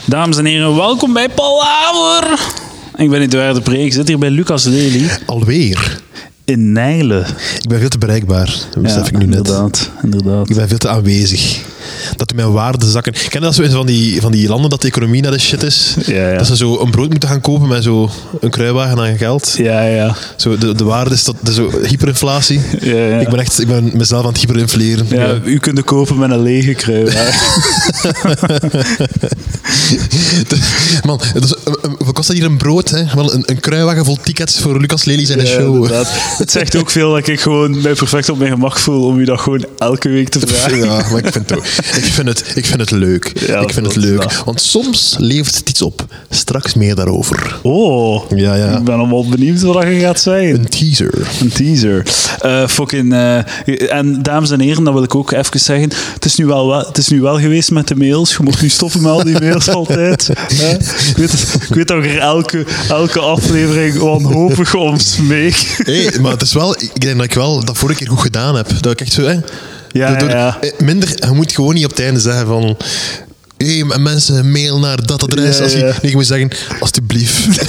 Dames en heren, welkom bij Palaver. Ik ben Edouard de Pre, ik zit hier bij Lucas Lely. Alweer? In Nijlen. Ik ben veel te bereikbaar, dat besef ik nu net. Inderdaad. Ik ben veel te aanwezig. Dat doet mijn waarden zakken. Ken je dat zo in van die landen dat de economie naar de shit is? Ja. Dat ze zo een brood moeten gaan kopen met zo een kruiwagen aan geld. Ja. Zo de waarde is dat zo hyperinflatie. Ja. Ik ben mezelf aan het hyperinfleren. Ja, u kunt kopen met een lege kruiwagen. Man, wat kost dat hier een brood? Hè? Wel een kruiwagen vol tickets voor Lucas Lely zijn show. Inderdaad. Het zegt ook veel dat ik gewoon mij perfect op mijn gemak voel om u dat gewoon elke week te vragen. Ja, maar ik vind het leuk. Ja, ik vind het leuk. Want soms levert het iets op. Straks meer daarover. Oh, ja. Ik ben allemaal benieuwd wat je gaat zeggen. Een teaser. En dames en heren, dat wil ik ook even zeggen. Het is nu wel geweest met de mails. Je mocht nu stoppen met al die mails altijd. Ik weet dat ik er elke aflevering wanhopig om smeek. Hey, maar het is wel... Ik denk dat ik wel dat vorige keer goed gedaan heb. Dat ik echt zo... Ja. Minder... Je moet gewoon niet op het einde zeggen van... Hey, mensen, mail naar dat adres. Nee, je moet zeggen, alsjeblieft.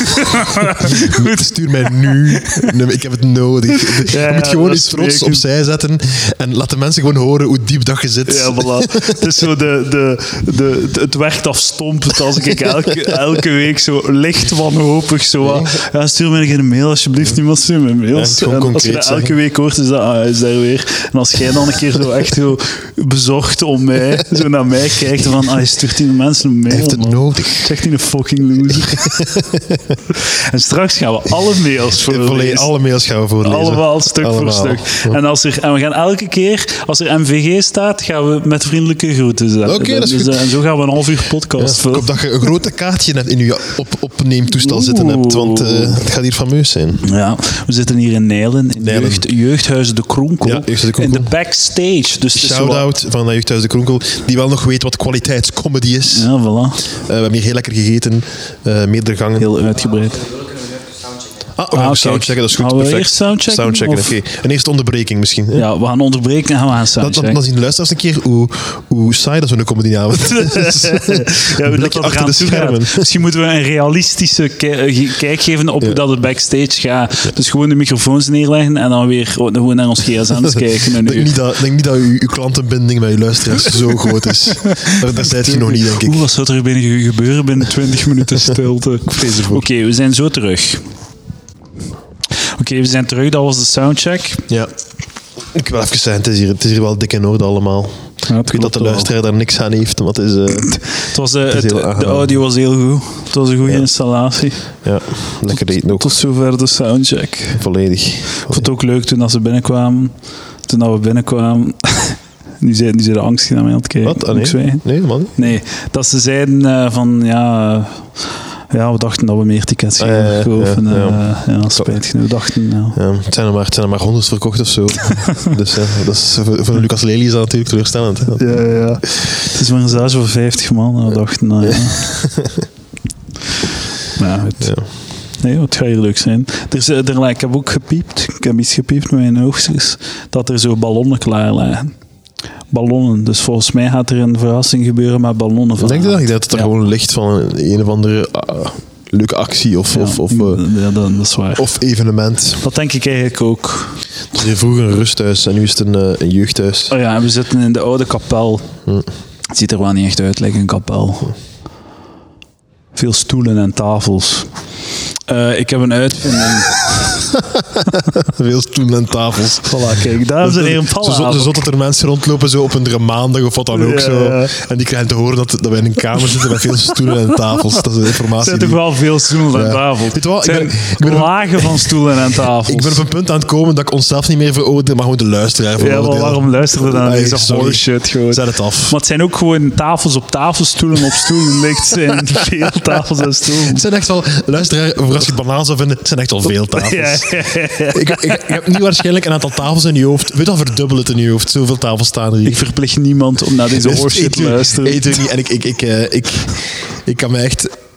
Stuur mij nu. Nee, ik heb het nodig. Je moet gewoon iets trots opzij zetten en laat de mensen gewoon horen hoe diep dat je zit. Ja, voilà. Het is zo het werkt afstompend als ik elke week zo licht wanhopig zo... Ja, stuur mij een mail, alsjeblieft. Niemand stuurt mij mails. Ja, en als je dat elke week hoort, is dat is daar weer. En als jij dan een keer zo echt zo bezorgd om mij, zo naar mij kijkt van... stuurt die mensen een mail. Hij heeft het nodig. Zegt hij een fucking loser. En straks gaan we alle mails voorlezen. Alle mails gaan we voorlezen. Allemaal stuk voor stuk. En we gaan elke keer, als er MVG staat, gaan we met vriendelijke groeten zetten. Oké, dat is goed. En zo gaan we een half uur podcast vullen. Ik hoop dat je een grote kaartje net in je opneemtoestel zitten hebt, want het gaat hier fameus zijn. Ja, we zitten hier in Nijlen, in Jeugdhuis de Kronkel. Ja, Jeugdhuis de Kronkel. In de backstage. Dus shout-out van Jeugdhuis de Kronkel, die wel nog weet wat kwaliteitscomedy is. Ja, voilà. We hebben hier heel lekker gegeten. Meerdere gangen. Heel uitgebreid. We gaan soundchecken, dat is goed. Gaan we eerst soundchecken? Soundchecken, oké. Een eerste onderbreking misschien. Hè? Ja, we gaan onderbreken en we gaan soundchecken. Dan zien de luisteraars een keer hoe saai dat zo'n comedyavond is. Ja, dat achter de schermen. Misschien moeten we een realistische kijk geven op hoe dat het backstage gaat. Dus gewoon de microfoons neerleggen en dan weer gewoon naar ons gsm's kijken. Ik denk niet dat uw klantenbinding met uw luisteraars zo groot is. Daar zijt je nog niet, denk ik. Wat zou er gebeuren binnen 20 minuten stilte? Oké, we zijn zo terug. Oké, we zijn terug. Dat was de soundcheck. Ja. Ik wil even zeggen, het is hier wel dik in orde allemaal. Ja, ik weet dat de luisteraar daar niks aan heeft, maar het is... de audio was heel goed. Het was een goede installatie. Ja, lekker eten ook. Tot zover de soundcheck. Volledig. Ik vond het ook leuk toen we binnenkwamen. Nu zijn de angst naar mij aan het kijken. Wat? Nee, man. Nee, dat ze zeiden van... Ja, we dachten dat we meer tickets gingen kopen. Ja, spijt genoeg. We dachten, het zijn er maar 100 verkocht of zo. Dus dat is, voor Lucas Lely is dat natuurlijk teleurstellend. Hè? Ja. Het is maar een zaal voor 50 man. En we dachten, Maar goed. Ja. Nee, het gaat hier leuk zijn. Ik heb ook gepiept. Ik heb iets gepiept met mijn oogsters. Dat er zo ballonnen klaar liggen. Ballonnen. Dus volgens mij gaat er een verrassing gebeuren met ballonnen. Denk je dat? Ik denk dat het er gewoon ligt van een of andere leuke actie of dat is waar. Of evenement. Dat denk ik eigenlijk ook. Het was hier vroeger een rusthuis en nu is het een jeugdhuis. Oh ja, en we zitten in de oude kapel. Het ziet er wel niet echt uit, lijkt een kapel. Veel stoelen en tafels. Ik heb een uitvinding. Veel stoelen en tafels. Voilà, kijk, daar is er een Zo dat er mensen rondlopen zo op een maandag of wat dan ook. Zo. En die krijgen te horen dat wij in een kamer zitten met veel stoelen en tafels. Dat is de informatie. Er zijn toch wel veel stoelen en tafels. Weet je wat? Ik ben lagen van stoelen en tafels. Ik ben op een punt aan het komen dat ik onszelf niet meer veroordeel, maar gewoon de luisteraar veroordeel. Ja, waarom luisterde dan deze horseshit gewoon? Zet het af. Maar het zijn ook gewoon tafels op tafels, stoelen op stoelen. Ligt zijn veel tafels en stoelen. Het zijn echt wel, luisteraar, voor als je het banaal zou vinden, het zijn echt wel veel tafels. Ik heb niet waarschijnlijk een aantal tafels in je hoofd. Weet je, verdubbel het in je hoofd. Zoveel tafels staan er hier. Ik verplicht niemand om naar deze horseshit te luisteren. Ik doe niet. En ik kan me echt...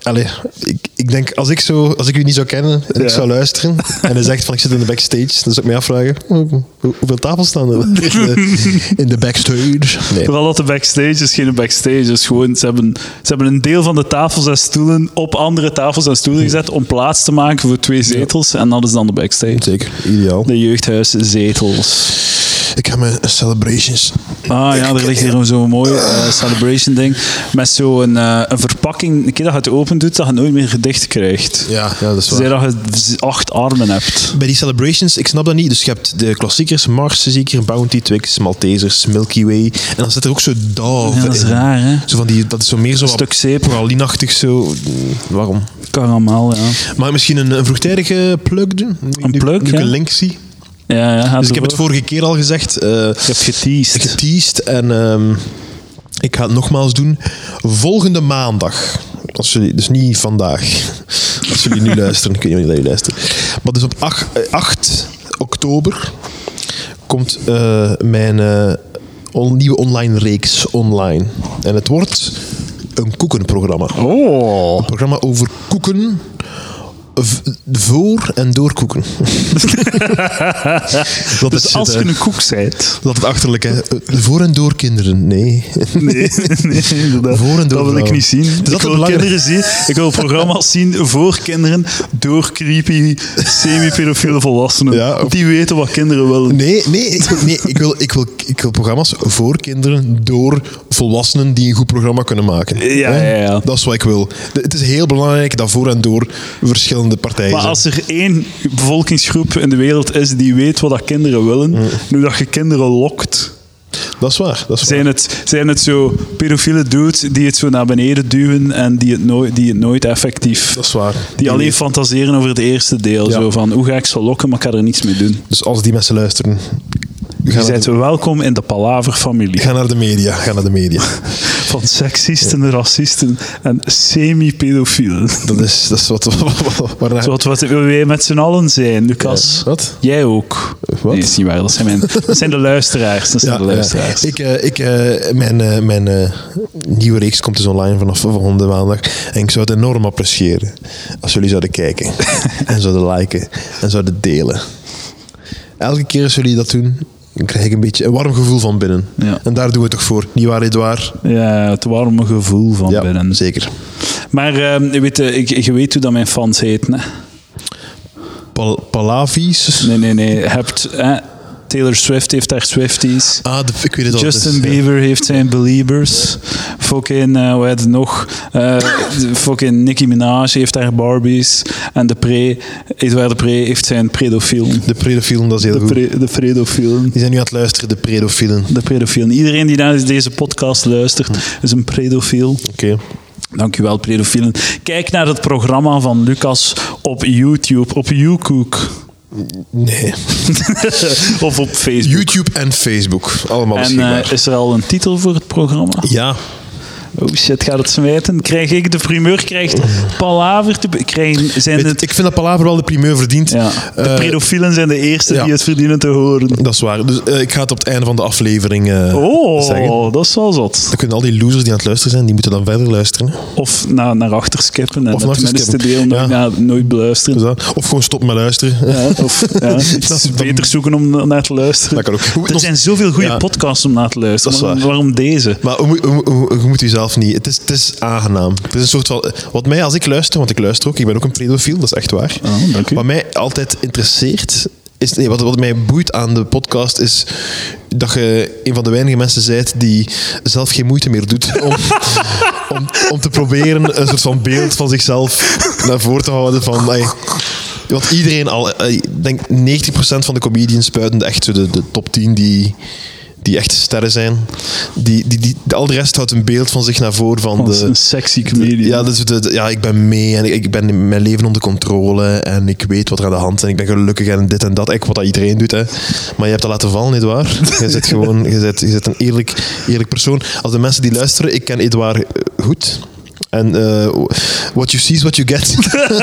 Allee, ik denk, als ik u niet zou kennen en ik zou luisteren en hij zegt van ik zit in de backstage, dan zou ik mij afvragen, hoeveel tafels staan er in de backstage? Nee. Vooral dat de backstage is geen backstage. Dus gewoon, ze hebben een deel van de tafels en stoelen op andere tafels en stoelen gezet om plaats te maken voor 2 zetels. En dat is dan de backstage. Zeker, ideaal. De jeugdhuiszetels. Ik ga mijn celebrations. Ah ja, er ligt hier zo'n mooi celebration ding. Met zo'n een verpakking. Een keer dat je het open doet, dat je nooit meer dicht krijgt. Ja, dat is waar. Zij dat je 8 armen hebt. Bij die celebrations, ik snap dat niet. Dus je hebt de klassiekers, Mars zeker, Bounty, Twix, Maltesers, Milky Way. En dan zit er ook zo Dove Ja, dat is in. raar, hè? Zo van dat is zo meer zo Een stuk zeep. pralinachtig zo. Waarom? Karamel, ja. Mag ik misschien een vroegtijdige plug doen? Een plug, nu ik ja. een link zie. Ja, Dus ik heb het vorige keer al gezegd. Je hebt geteased. En ik ga het nogmaals doen. Volgende maandag. Dus niet vandaag. Als jullie nu luisteren. Ik weet niet wanneer jullie luisteren. Maar dus op 8 oktober komt mijn nieuwe online reeks online. En het wordt een koekenprogramma. Oh. Een programma over koeken. Voor en door koeken. Dus als je een koek bent... Dat het achterlijk, hè. Voor en door kinderen. Nee. Nee, inderdaad. Voor en door dat wil ik vrouwen. niet zien. dat Ik wil belangrijk? kinderen zien. Ik wil programma's zien voor kinderen door creepy, semi-pedofiele volwassenen. Ja, of- Die weten wat kinderen willen. Ik wil programma's voor kinderen door volwassenen die een goed programma kunnen maken. Ja, Hè? ja, ja. Dat is wat ik wil. Het is heel belangrijk dat voor en door verschillende partijen Maar zijn. als er één bevolkingsgroep in de wereld is die weet wat dat kinderen willen, nu dat je kinderen lokt, Dat is waar. zijn het zo pedofiele dudes die het zo naar beneden duwen en die het nooit effectief... Dat is waar. Die alleen fantaseren over het eerste deel. Ja. Zo van, hoe ga ik ze lokken, maar ik ga er niets mee doen. Dus als die mensen luisteren, Je bent welkom in de Palaver-familie. ga naar de media. Ga naar de media. Van seksisten, racisten en semi-pedofielen. Dat is waarna... Zoals wat wij met z'n allen zijn, Lucas. Ja, wat? Jij ook. Wat? Nee, dat is niet waar. Dat zijn de luisteraars. Mijn nieuwe reeks komt dus online vanaf volgende maandag. En ik zou het enorm appreciëren als jullie zouden kijken. En zouden liken. En zouden delen. Elke keer als jullie dat doen, dan krijg ik een beetje een warm gevoel van binnen. Ja. En daar doen we het toch voor. Niet waar, Edouard? Ja, het warme gevoel van Ja, binnen. zeker. Maar je weet hoe dat mijn fans heten, hè? Palavies? Nee. Je hebt... Taylor Swift heeft haar Swifties. Ik weet het al. Justin Bieber heeft zijn Beliebers. Fucking, hoe heet het nog? Fucking Nicki Minaj heeft haar Barbies. En Edouard de Pre heeft zijn Predofielen. De pedofielen, dat is heel goed. De Predofielen. Die zijn nu aan het luisteren, de pedofielen. De Predofielen. Iedereen die naar deze podcast luistert, is een pedofiel. Oké. Dankjewel, pedofielen. Kijk naar het programma van Lucas op YouTube, op YouCook. Nee. Of op Facebook. YouTube en Facebook. Allemaal beschikbaar. En is er al een titel voor het programma? Ja. Oh shit, gaat het smijten? Krijg ik de primeur? Krijgt Palaver te... Ik vind dat Palaver wel de primeur verdient. Ja, de pedofielen zijn de eerste die het verdienen te horen. Dat is waar. Dus ik ga het op het einde van de aflevering zeggen. Dat is wel zot. Dan kunnen al die losers die aan het luisteren zijn, die moeten dan verder luisteren. Of naar achter skippen en Of het minste deel nooit beluisteren. Dus dat. Of gewoon stoppen met luisteren. Ja, of iets beter zoeken om naar te luisteren. Dat kan ook. Er zijn zoveel goede podcasts om naar te luisteren. Dat is waar. Waarom deze? Maar je moet jezelf niet... Het is aangenaam. Het is een soort van... Wat mij, als ik luister, want ik luister ook, ik ben ook een pedofiel, dat is echt waar. Oh, dank u. Wat mij altijd interesseert... Wat mij boeit aan de podcast is dat je een van de weinige mensen bent die zelf geen moeite meer doet om te proberen een soort van beeld van zichzelf naar voren te houden van... Want iedereen ik denk 90% van de comedians buiten echt zo de top 10 die echt sterren zijn. Al de rest houdt een beeld van zich naar voren van een sexy comedian. Ik ben mee en ik ben mijn leven onder controle en ik weet wat er aan de hand is en ik ben gelukkig en dit en dat. Eigenlijk wat dat iedereen doet. Hè. Maar je hebt dat laten vallen, Edouard. Je bent een eerlijk persoon. Als de mensen die luisteren, ik ken Edouard goed. En what you see is what you get.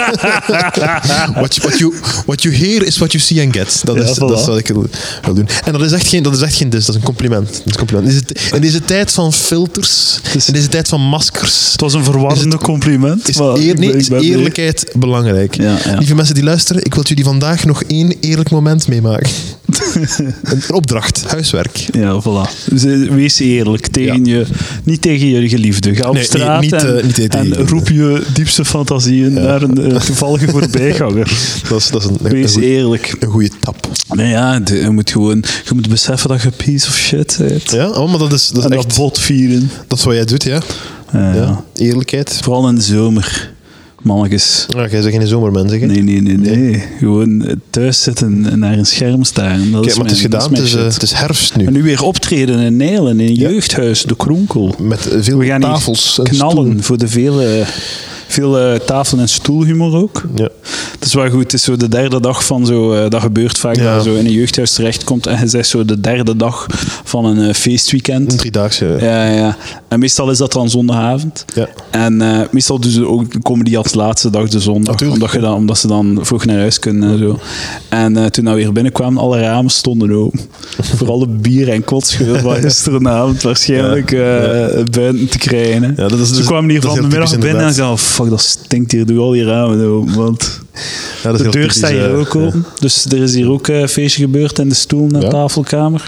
what you hear is what you see and get. Dat is wat ik wil doen. En dat is echt geen dis, dat is een compliment. In deze tijd van filters, in deze tijd van maskers... Het was een verwarrende compliment. Is eerlijkheid belangrijk. Ja. Lieve mensen die luisteren, ik wil jullie vandaag nog 1 eerlijk moment meemaken. Een opdracht, huiswerk. Ja, voilà. Dus, wees eerlijk tegen je, niet tegen je geliefde. Ga op straat en roep je diepste fantasieën naar een toevallige voorbijganger. Wees eerlijk. Een goede tap. Nee, ja, je moet beseffen dat je piece of shit bent. Ja, maar dat is echt... dat bot vieren. Dat is wat jij doet, ja. Ja. Eerlijkheid. Vooral in de zomer. Mannetjes. Ja, jij zegt geen zomermens, zeg. Nee. Gewoon thuis zitten naar een scherm staren. Kijk, maar het is gedaan. Het is herfst nu. En nu weer optreden in Nijlen, in een jeugdhuis, De Kronkel. Met veel tafels en knallen stoelen. Voor de veel tafel- en stoelhumor ook. Ja. Het is wel goed. Het is zo de derde dag van zo... dat gebeurt vaak, dat je zo in een jeugdhuis terechtkomt en je zegt zo de derde dag van een feestweekend. Een 3-daagse. Ja. En meestal is dat dan zondagavond. Ja. En meestal doen ze ook comedy als laatste dag de zondag. Omdat ze dan vroeg naar huis kunnen en zo. En toen we weer binnenkwamen, alle ramen stonden open. Vooral de bier- en kotscheur van gisteravond waarschijnlijk buiten te krijgen. Hè. Ja, ze kwamen hier van de middag binnen en zeiden, fuck, dat stinkt hier, doe al die ramen open. Want de deur staat hier ook open. Dus er is hier ook een feestje gebeurd in de stoel in de tafelkamer.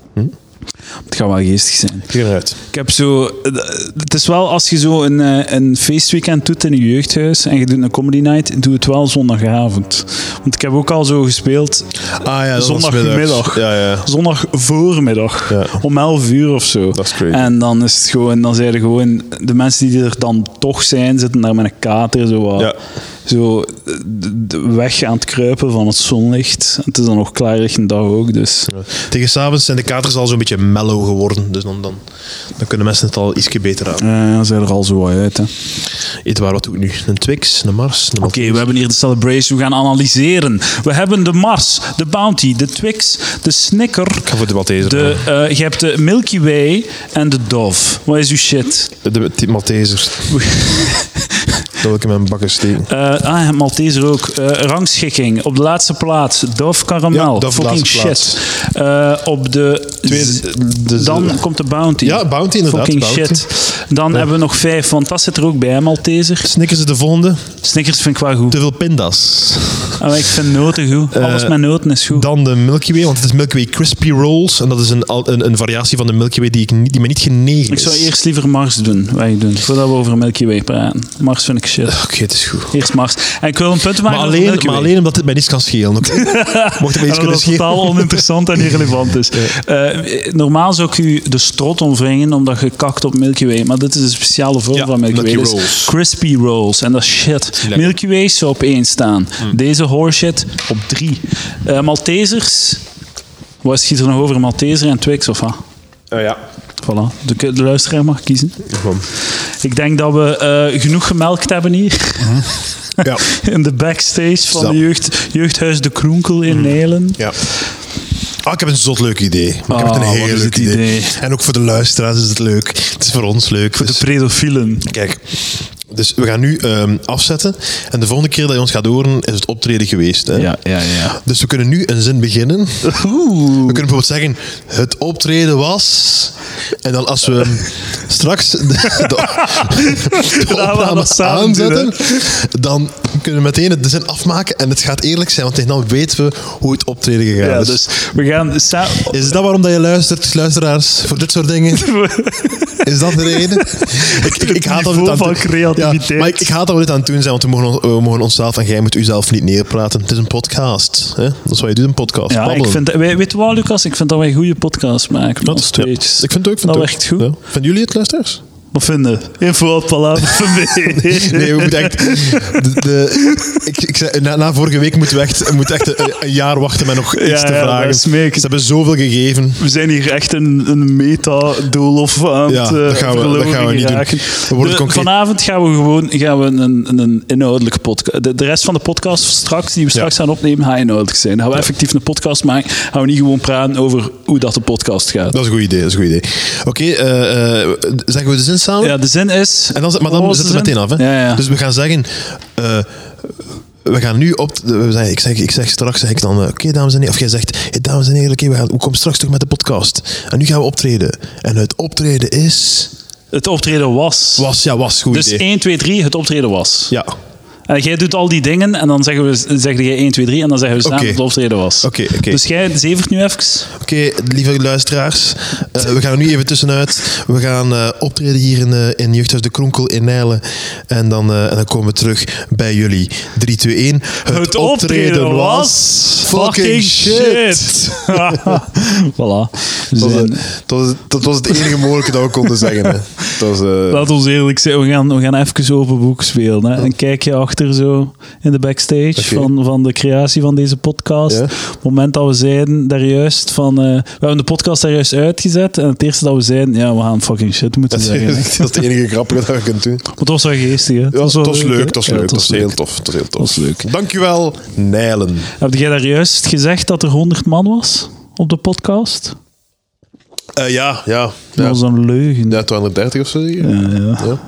Het gaat wel geestig zijn. Ik heb zo... Het is wel, als je zo een feestweekend doet in een jeugdhuis en je doet een comedy night, doe het wel zondagavond. Want ik heb ook al zo gespeeld zondagmiddag. Zondag voormiddag. Ja. Om 11 uur of zo. Dat is crazy. En dan is het gewoon... Dan zijn er gewoon... De mensen die er dan toch zijn, zitten daar met een kater zo weg aan het kruipen van het zonlicht. Het is dan nog klaarlichte dag ook, dus... Ja. Tegen 's avonds zijn de katers al zo'n beetje mellow geworden, dus dan kunnen mensen het al ietsje beter aan. Ja, zijn er al zo uit, hè. Edouard, wat doe ik nu? Een Twix, een Mars, een Oké, we hebben hier de Celebration, we gaan analyseren. We hebben de Mars, de Bounty, de Twix, de Snicker. Ik ga voor de Malteser. Je hebt de Milky Way en de Dove. Wat is uw shit? De Malteser. Dat wil ik in mijn bakken steken. Malteser ook. Rangschikking. Op de laatste plaats. Dove Caramel. Ja, Dove fucking shit. Op de... Dan komt de Bounty. Ja, Bounty inderdaad. Fucking shit. Dan hebben we nog 5, want dat zit er ook bij, Malteser. Snickers is de volgende. Snickers vind ik wel goed. Te veel pinda's. Ik vind noten goed. Alles met noten is goed. Dan de Milky Way, want het is Milky Way Crispy Rolls. En dat is een variatie van de Milky Way die me niet genegen is. Ik zou eerst liever Mars doen, voordat we over Milky Way praten. Mars vind ik shit. Oké, het is goed. Eerst Mars. En ik wil een punt maken over Milky Way. Maar alleen omdat het mij niets kan schelen. Okay? Mocht het mij iets kunnen schelen. Dat totaal oninteressant en irrelevant is. Normaal zou ik u de strot omwringen omdat je kakt op Milky Way. Maar dit is een speciale vorm van Milky Way. Rolls. Crispy Rolls. En dat is shit. Lekker. Milky Way zou op 1 staan. Deze horseshit op 3. Maltesers. Wat schiet er nog over? Malteser en Twix of wat? Ja. Voilà. De luisteraar mag kiezen. Ik denk dat we genoeg gemelkt hebben hier. Ja. In de backstage van de jeugdhuis De Kronkel in Nijlen. Ja. Ik heb een zot leuk idee. Ik heb een heel leuk idee. En ook voor de luisteraars is het leuk. Het is voor ons leuk. Voor de pedofielen. Kijk, dus we gaan nu afzetten. En de volgende keer dat je ons gaat horen, is het optreden geweest. Hè? Ja. Dus we kunnen nu een zin beginnen. We kunnen bijvoorbeeld zeggen, het optreden was... En dan als we straks de opnames aanzetten, dan kunnen we meteen de zin afmaken. En het gaat eerlijk zijn, want tegen dan weten we hoe het optreden gegaan is. Dus we gaan... Is dat waarom dat je luistert, luisteraars, voor dit soort dingen? Is dat de reden? Ik haat dat we van creativiteit. Maar ik haat dat we dit aan het doen zijn, want we mogen onszelf en jij moet uzelf niet neerpraten. Het is een podcast. Hè? Dat is wat je doet, een podcast. Ja, weet je wat, Lucas? Ik vind dat wij een goede podcast maken. Dat is tweetjes. Ik vind het ook. Dat werkt goed. Ja. Vinden jullie het, luisteraars? Wat vinden? Info@palaver van mij. Nee, we moeten echt... Ik zei, na vorige week moeten we echt een jaar wachten met nog iets te vragen. Ze hebben zoveel gegeven. We zijn hier echt een meta-doolhof aan het dat gaan we niet doen. Vanavond gaan we een inhoudelijke podcast... De rest van de podcast straks, die we straks gaan opnemen, gaat inhoudelijk zijn. Dan gaan we effectief een podcast maken. Gaan we niet gewoon praten over hoe dat de podcast gaat. Dat is een goed idee. Oké, zeggen we de zin samen. Ja, de zin is... En dan, maar dan zit het meteen af. Hè? Ja. Dus we gaan zeggen... we gaan nu op... Ik zeg straks zeg ik dan... Oké, dames en heren. Of jij zegt... Hey, dames en heren, we komen straks terug met de podcast. En nu gaan we optreden. En het optreden is... Het optreden was. Was goed dus idee. 1, 2, 3, het optreden was. Ja. En jij doet al die dingen en dan zeg jij 1, 2, 3 en dan zeggen we samen dat het optreden was. Oké. Dus jij zevert nu even. Oké, lieve luisteraars. We gaan er nu even tussenuit. We gaan optreden hier in Jeugdhuis de Kronkel in Nijlen. En dan komen we terug bij jullie. 3, 2, 1. Het optreden was... Fucking shit. Voilà. Dat was het enige mogelijke dat we konden zeggen. Hè. Laat ons eerlijk zijn, we gaan even open boek spelen. Hè. Een kijkje achter zo in de backstage van de creatie van deze podcast. Ja. Op het moment dat we zeiden daar juist van... we hebben de podcast daar juist uitgezet en het eerste dat we zeiden, ja, we gaan fucking shit moeten zeggen. Hè. Dat is het enige grappige dat je kunt doen. Maar het was wel geestig, hè. Ja, het was leuk. Het was heel tof. Het was leuk. Dankjewel, Nijlen. Heb jij daar juist gezegd dat er 100 man was op de podcast? Ja. Dat was een leugen. Ja, 230 of zo. Ja.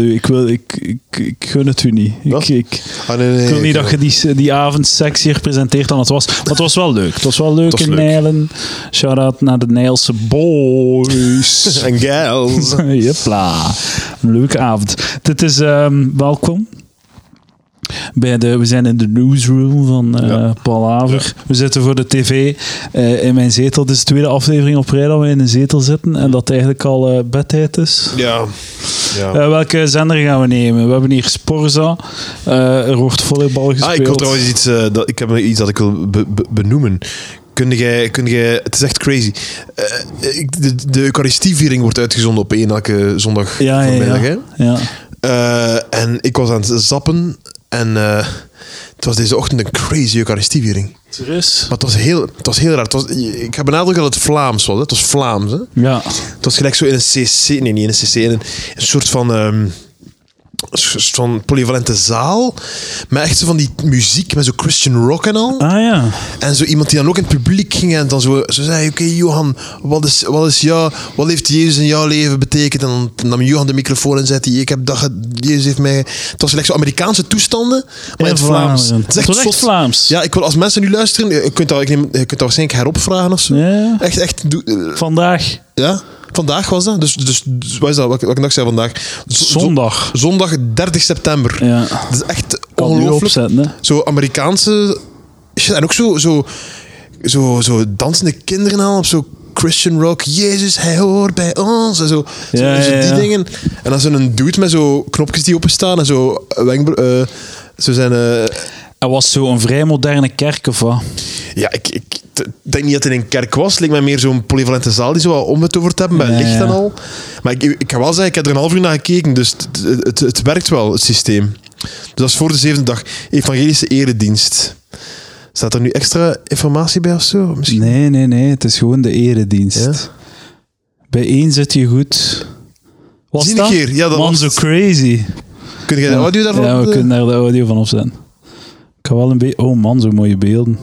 Ik gun het u niet. Ik wil niet dat je die avond sexier presenteert dan het was. Maar het was wel leuk. Het was wel leuk in Nijlen. Shout-out naar de Nijlse boys. En gals. Jepla. Een leuke avond. Dit is welkom. We zijn in de newsroom van Paul Haver. We zitten voor de tv in mijn zetel. Dit is de tweede aflevering op rij dat we in een zetel zitten en dat eigenlijk al bedtijd is. Ja. Welke zender gaan we nemen? We hebben hier Sporza. Er wordt volleybal gespeeld. Ik wil trouwens iets... ik heb iets dat ik wil benoemen. Kun jij, het is echt crazy. De Eucharistieviering wordt uitgezonden op elke zondag voormiddag. Ja. En ik was aan het zappen en het was deze ochtend een crazy Eucharistieviering. Serieus? Maar het was heel raar. Ik heb benadrukt dat het Vlaams was. Hè? Het was Vlaams. Hè? Ja. Het was gelijk zo in een cc... Nee, niet in een cc. In een soort van polyvalente zaal. Met echt zo van die muziek, met zo Christian rock en al. Ah ja. En zo iemand die dan ook in het publiek ging en dan zo zei, oké, Johan, wat heeft Jezus in jouw leven betekend? En dan nam Johan de microfoon en zei hij, ik heb dat Jezus heeft mij... Het was gelijk zo Amerikaanse toestanden, maar in het Vlaams. Het was echt Vlaams. Ja, als mensen nu luisteren, je kunt dat waarschijnlijk heropvragen of zo. Ja. Echt. Vandaag. Ja. Vandaag was dat. Dus wat is dat? Welke dag zei vandaag? Zondag. Zondag 30 september. Ja. Dat is echt kan ongelooflijk. Opzetten, zo Amerikaanse shit. En ook zo dansende kinderen aan op zo Christian rock. Jezus, hij hoort bij ons. En zo die dingen. En dan zo'n dude met zo knopjes die openstaan en zo zo zijn... Er was zo'n vrij moderne kerk of wat? Ja, ik denk niet dat het in een kerk was. Het leek mij meer zo'n polyvalente zaal die zo wat omgetoverd hebben met licht en al. Maar ik kan wel zeggen, ik heb er een half uur naar gekeken, dus het werkt wel, het systeem. Dus dat is voor de 7e dag. Evangelische eredienst. Staat er nu extra informatie bij of zo? Misschien? Nee. Het is gewoon de eredienst. Ja? Bij één zit je goed. Was zie dat? Een keer. Ja, dat Man, was... zo crazy. Kun jij de audio daarvan? Ja, we kunnen daar de audio van opzetten. Ik ga wel een beetje... Oh man, zo mooie beelden.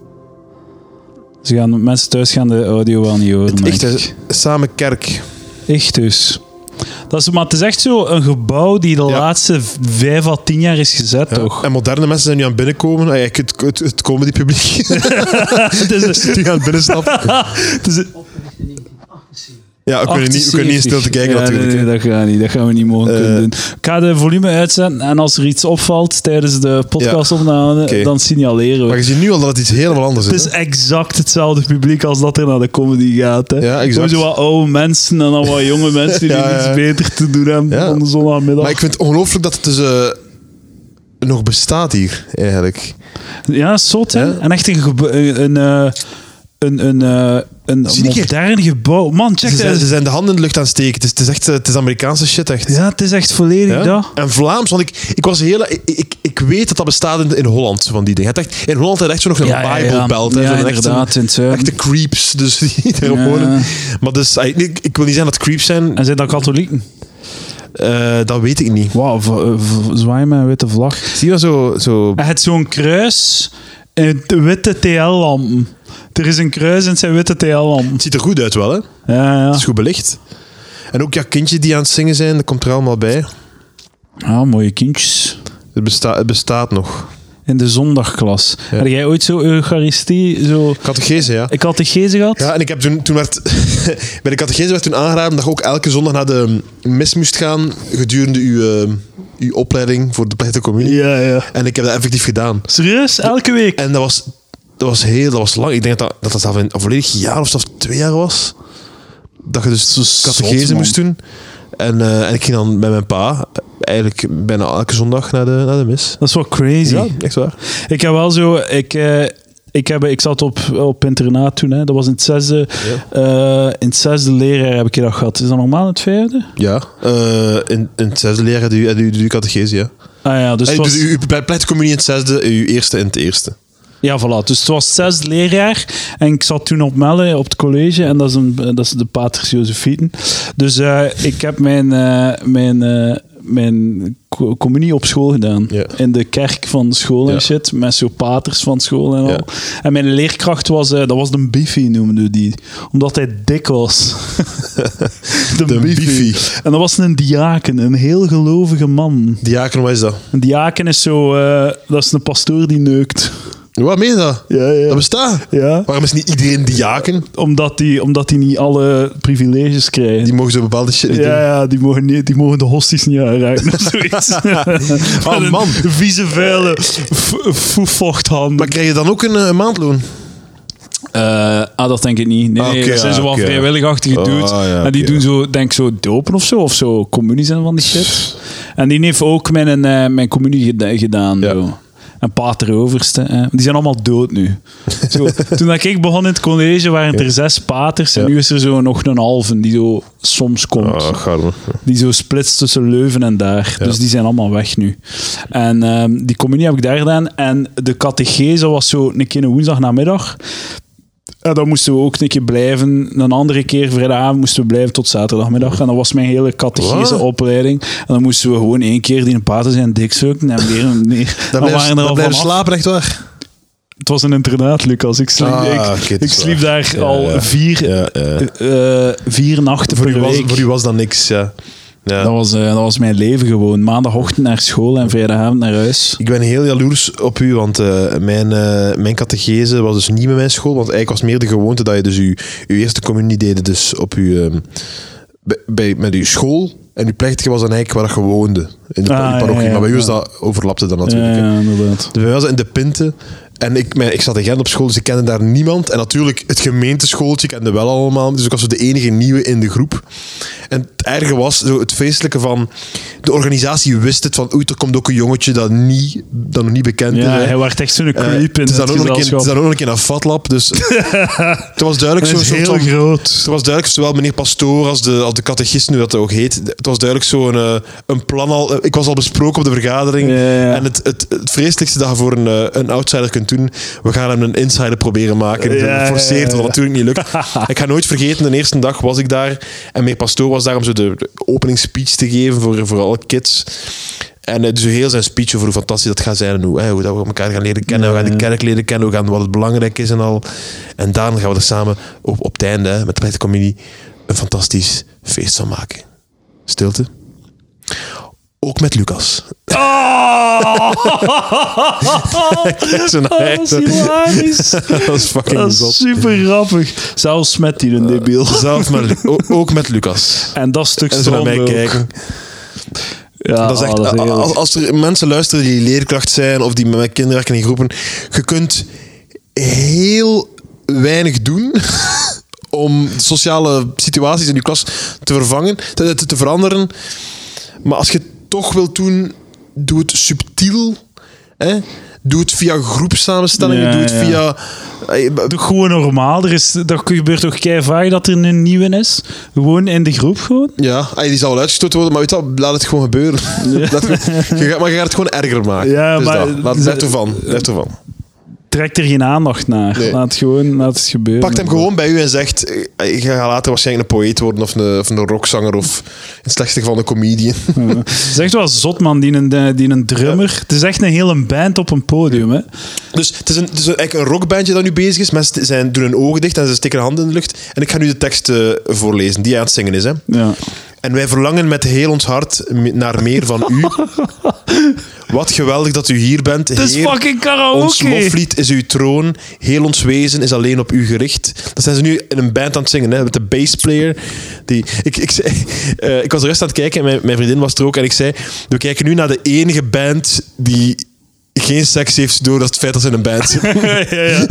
Mensen thuis gaan de audio wel niet horen. Echt, samen kerk. Echt dus. Maar het is echt zo een gebouw die de laatste 5 à 10 jaar is gezet, toch? En moderne mensen zijn nu aan het binnenkomen. Het comedy publiek. Die gaan binnenstappen. Ja, we kunnen niet in stilte kijken natuurlijk. Nee, dat gaat niet. Dat gaan we niet mogen kunnen doen. Ik ga de volume uitzetten en als er iets opvalt tijdens de podcastopname, dan signaleren we. Maar je ziet nu al dat het iets helemaal anders is. Het is exact hetzelfde publiek als dat er naar de comedy gaat. Hè. Ja, exact. Zo wat oude mensen en dan wat jonge mensen die iets beter te doen hebben van de zondagmiddag. Maar ik vind het ongelooflijk dat het dus nog bestaat hier, eigenlijk. Ja, zot, hè? En echt een modern gebouw. Man, check ze zijn de handen in de lucht aan het steken. Het is echt het is Amerikaanse shit, echt. Ja, het is echt volledig dat. En Vlaams, want ik was ik weet dat bestaat in Holland, van die dingen. In Holland heb je echt zo nog een Bible Belt. Ja, inderdaad. Echte creeps, dus die daarop wonen. Maar dus, ik wil niet zeggen dat creeps zijn. En zijn dat katholieken? Dat weet ik niet. Wauw, zwaai met een witte vlag. Zie je zo... Hij heeft zo'n kruis en witte TL-lampen. Er is een kruis en het zijn witte TL-lampen. Het ziet er goed uit wel, hè? Ja. Het is goed belicht. En ook kindjes die aan het zingen zijn, dat komt er allemaal bij. Ah, mooie kindjes. Het bestaat nog. In de zondagklas. Ja. Had jij ooit zo Eucharistie... Zo... Catechese, ja. Een catechese gehad? Ja, en ik heb toen werd... bij de catechese werd toen aangeraden dat je ook elke zondag naar de mis moest gaan gedurende uw opleiding voor de plechtige communie. Ja. En ik heb dat effectief gedaan. Serieus? Elke week? En dat was lang. Ik denk dat zelf een volledig jaar of zelfs 2 jaar was. Dat je dus catechese moest doen. En ik ging dan met mijn pa eigenlijk bijna elke zondag naar de mis. Dat is wel crazy. Ja, echt waar. Ik heb wel zo... Ik zat op internaat toen. Hè. Dat was in het 6e. Ja. In het 6e leerjaar heb ik dat gehad. Is dat normaal in het 5e? Ja. In het 6e leerjaar had u catechese, ja. Ah ja, dus was... uw plechtige communie in het 6e, uw eerste in het eerste. Ja, voilà. Dus het was het 6e leerjaar en ik zat toen op Melle op het college en dat is de Paters Josefieten. Dus ik heb mijn communie op school gedaan. Ja. In de kerk van de school en shit. Met zo paters van school en al. Ja. En mijn leerkracht was... dat was de Biffy, noemde die. Omdat hij dik was. de Biffy. En dat was een diaken. Een heel gelovige man. Diaken, wat is dat? Een diaken is zo... dat is een pastoor die neukt. Wat meen je dat? Ja. Dat bestaat? Ja. Waarom is niet iedereen diaken? Omdat die niet alle privileges krijgen. Die mogen zo bepaalde shit niet doen. Ja, die mogen de hosties niet aanraken of zoiets. Oh man. Een vieze, vuile voechthand. Maar krijg je dan ook een maandloon? Dat denk ik niet. Nee, dat zijn zo wel vrijwilligachtige dudes. En die doen zo, denk zo dopen of zo communies en van die shit. En die heeft ook mijn communie gedaan. Ja. Zo. En Pater Overste. Die zijn allemaal dood nu. Zo, toen ik begon in het college waren er 6 paters. En nu is er zo nog een halve die zo soms komt. Die zo splitst tussen Leuven en daar. Ja. Dus die zijn allemaal weg nu. En die communie heb ik daar gedaan. En de catechese was zo een keer een woensdagnamiddag. En dan moesten we ook een keer blijven. Een andere keer, vrijdagavond, moesten we blijven tot zaterdagmiddag. En dat was mijn hele catechese opleiding. En dan moesten we gewoon 1 keer die een pater zijn dikzoeken. En weer. Dan blijven slapen, echt waar? Het was een internaat, Lucas. Ik sliep daar al 4 nachten per week. Voor u was dat niks, ja. Ja. Dat was mijn leven gewoon. Maandagochtend naar school en vrijdagavond naar huis. Ik ben heel jaloers op u, want mijn catechese was dus niet met mijn school. Want eigenlijk was meer de gewoonte dat je dus uw eerste communie deed dus op met uw school. En uw plechtige was dan eigenlijk waar je woonde. In de parochie. Maar bij u was dat overlapte dan natuurlijk. Ja, inderdaad. Dus bij mij was dat in de Pinte. En ik zat in Gent op school, dus ik kende daar niemand. En natuurlijk, het gemeenteschooltje kende wel allemaal. Dus ik was zo de enige nieuwe in de groep. En het erge was zo het feestelijke van... De organisatie wist het van... Oei, er komt ook een jongetje dat nog niet bekend is. Ja, hij werd echt zo'n creep in het gezelschap. Het is dan ook nog een keer een fatlab. Dus het was duidelijk zo... heel groot. Het was duidelijk, zowel meneer Pastoor als de catechist, nu dat het ook heet. Het was duidelijk zo een plan al... Ik was al besproken op de vergadering. Ja. En het vreselijkste dat je voor een outsider kunt doen... We gaan hem een insider proberen maken. Geforceerd, wat natuurlijk niet lukt. Ik ga nooit vergeten, de eerste dag was ik daar. En meneer Pastoor was daar om zo de openingsspeech te geven voor alle kids. En dus heel zijn speech over hoe fantastisch dat gaat zijn. En hoe dat we elkaar gaan leren kennen. We gaan de kerk leren kennen. Wat het belangrijk is en al. En daarna gaan we er samen op het einde met de plechtige communie een fantastisch feest van maken. Stilte. Ook met Lucas. Oh! Dat is hilarisch. Dat is fucking zot. Super grappig. Zelfs met die een debiel. Ook met Lucas. En dat stuk en naar mij kijken. Ja, dat is echt, als er mensen luisteren die leerkracht zijn of die met kinderen werken in groepen, je kunt heel weinig doen om de sociale situaties in je klas te veranderen. Maar als je het toch wilt doen, doe het subtiel. Hè? Doe het via groepssamenstellingen. Doe het via... Doe gewoon normaal. Er gebeurt toch keihard dat er een nieuwe is. Gewoon in de groep gewoon. Ja, die zal wel uitgestoten worden, maar weet je wat, laat het gewoon gebeuren. Ja. Maar je gaat het gewoon erger maken. Ja, dus maar... Blijf ervan. trekt er geen aandacht naar. Nee. Laat het gebeuren. Pakt hem gewoon bij u en zegt... Je gaat later waarschijnlijk een poëet worden of een rockzanger of in het slechtste geval een comedian. Het is echt wel zot, man, die een drummer. Ja. Het is echt een hele band op een podium. Hè. Dus het is eigenlijk een rockbandje dat nu bezig is. Mensen doen hun ogen dicht en ze steken hun handen in de lucht. En ik ga nu de tekst voorlezen die hij aan het zingen is. Hè. Ja. En wij verlangen met heel ons hart naar meer van u. Wat geweldig dat u hier bent. Het is fucking karaoke. Ons loflied is uw troon. Heel ons wezen is alleen op u gericht. Dat zijn ze nu in een band aan het zingen. Hè, met de bassplayer. Ik was de rest aan het kijken en mijn vriendin was er ook. En ik zei, we kijken nu naar de enige band die geen seks heeft door het feit dat ze in een band zitten. Ja.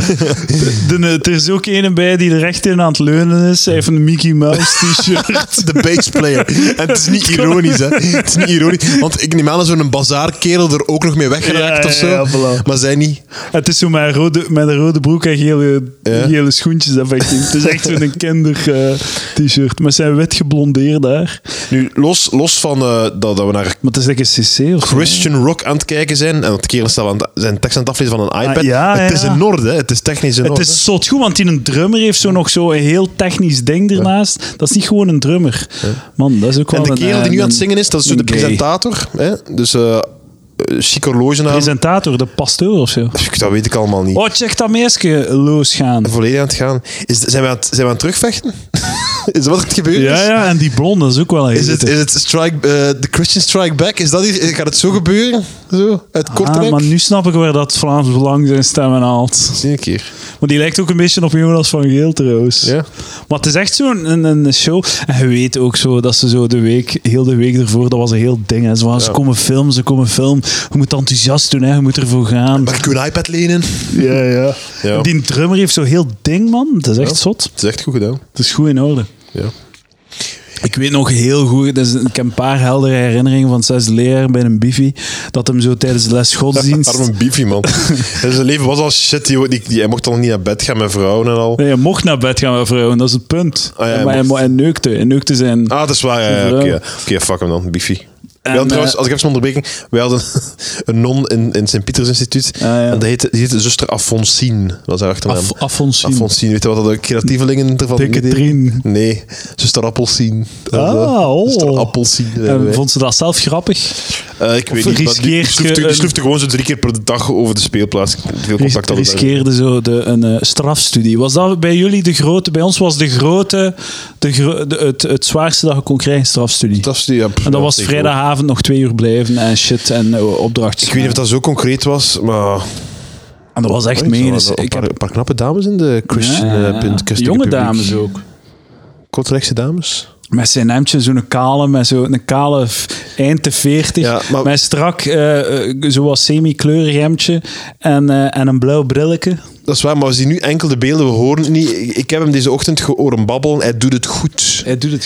Er is ook een bij die er echt in aan het leunen is. Hij heeft een Mickey Mouse t-shirt. De bassplayer. En het is niet ironisch, hè. Het is niet ironisch. Want ik neem aan dat zo'n bazaarkerel er ook nog mee weggeraakt of zo. Ja, voilà. Maar zij niet. Het is zo met een rode broek en gele schoentjes. Effectief. Het is echt zo'n kinder t-shirt. Met zijn wit geblondeerd daar. Nu, los van dat we naar maar het is like een cc of Christian rock aan het kijken zijn. En dat kerel staat zijn tekst aan het aflezen van een iPad. Het is in orde, hè. Het is technisch in orde. Het is zo goed, want die een drummer heeft nog zo een heel technisch ding ernaast. Dat is niet gewoon een drummer. Man, dat is ook wel en de kerel die nu aan het zingen is, dat is zo de presentator. Hè? Dus chic horlogenaar. Presentator, de pastoor of zo? Dat weet ik allemaal niet. Oh, check dat meisje losgaan. Volledig aan het gaan. Zijn we aan het terugvechten? Is dat wat het gebeurd is? Ja, en die blonde is ook wel een Is het de Christian Strike Back? Is dat hier? Gaat het zo gebeuren? Zo? Uit Kortrijk? Maar nu snap ik waar dat Vlaams Belang zijn stemmen haalt. Zie een keer. Maar die lijkt ook een beetje op Jonas van Geel trouwens. Ja. Maar het is echt zo'n een show. En je weet ook zo dat ze zo heel de week ervoor, dat was een heel ding. Hè. Ze komen filmen. Je moet enthousiast doen, hè. Je moet ervoor gaan. Mag ik een iPad lenen? Ja. Die drummer heeft zo'n heel ding, man. Het is echt zot. Het is echt goed gedaan. Het is goed in orde. Ja. Ik weet nog heel goed, ik heb een paar heldere herinneringen van 6 leraar bij een biffy, dat hem zo tijdens de les godsdienst... Arme biffy, man. Zijn leven was al shit. Hij mocht al niet naar bed gaan met vrouwen en al. Nee, hij mocht naar bed gaan met vrouwen, dat is het punt. Maar hij neukte. Hij neukte zijn... Ah, dat is waar. Ja. Oké, fuck hem dan, biffy. Trouwens, als ik even onderbreken, wij hadden een non in het Sint-Pieters Instituut. En die heette zuster Afonsien. Dat was haar achternaam. Afonsien. Weet je wat de creatievelingen ervan deden? Nee, zuster Appelsien. Zuster Appelsien. En vond ze dat zelf grappig? Ik weet niet. Die sloefde gewoon zo 3 keer per dag over de speelplaats. Veel contact hadden. Riskeerde zo een strafstudie. Was dat bij jullie de grote? Bij ons was het zwaarste dat je kon krijgen strafstudie. Ja. En dat was vrijdagavond nog 2 uur blijven en shit en opdrachten. Ik weet niet of dat zo concreet was, maar... En dat was echt mee. Ik heb een paar knappe dames in de Christian jonge dames ook. Kortrechtse dames. Met zijn hemdje, zo'n kale eind de 40. Ja, met strak, zoals semi-kleurig hemdje en een blauw brilletje. Dat is waar, maar we zien nu enkel de beelden, we horen het niet. Ik heb hem deze ochtend horen babbelen. Hij doet het goed.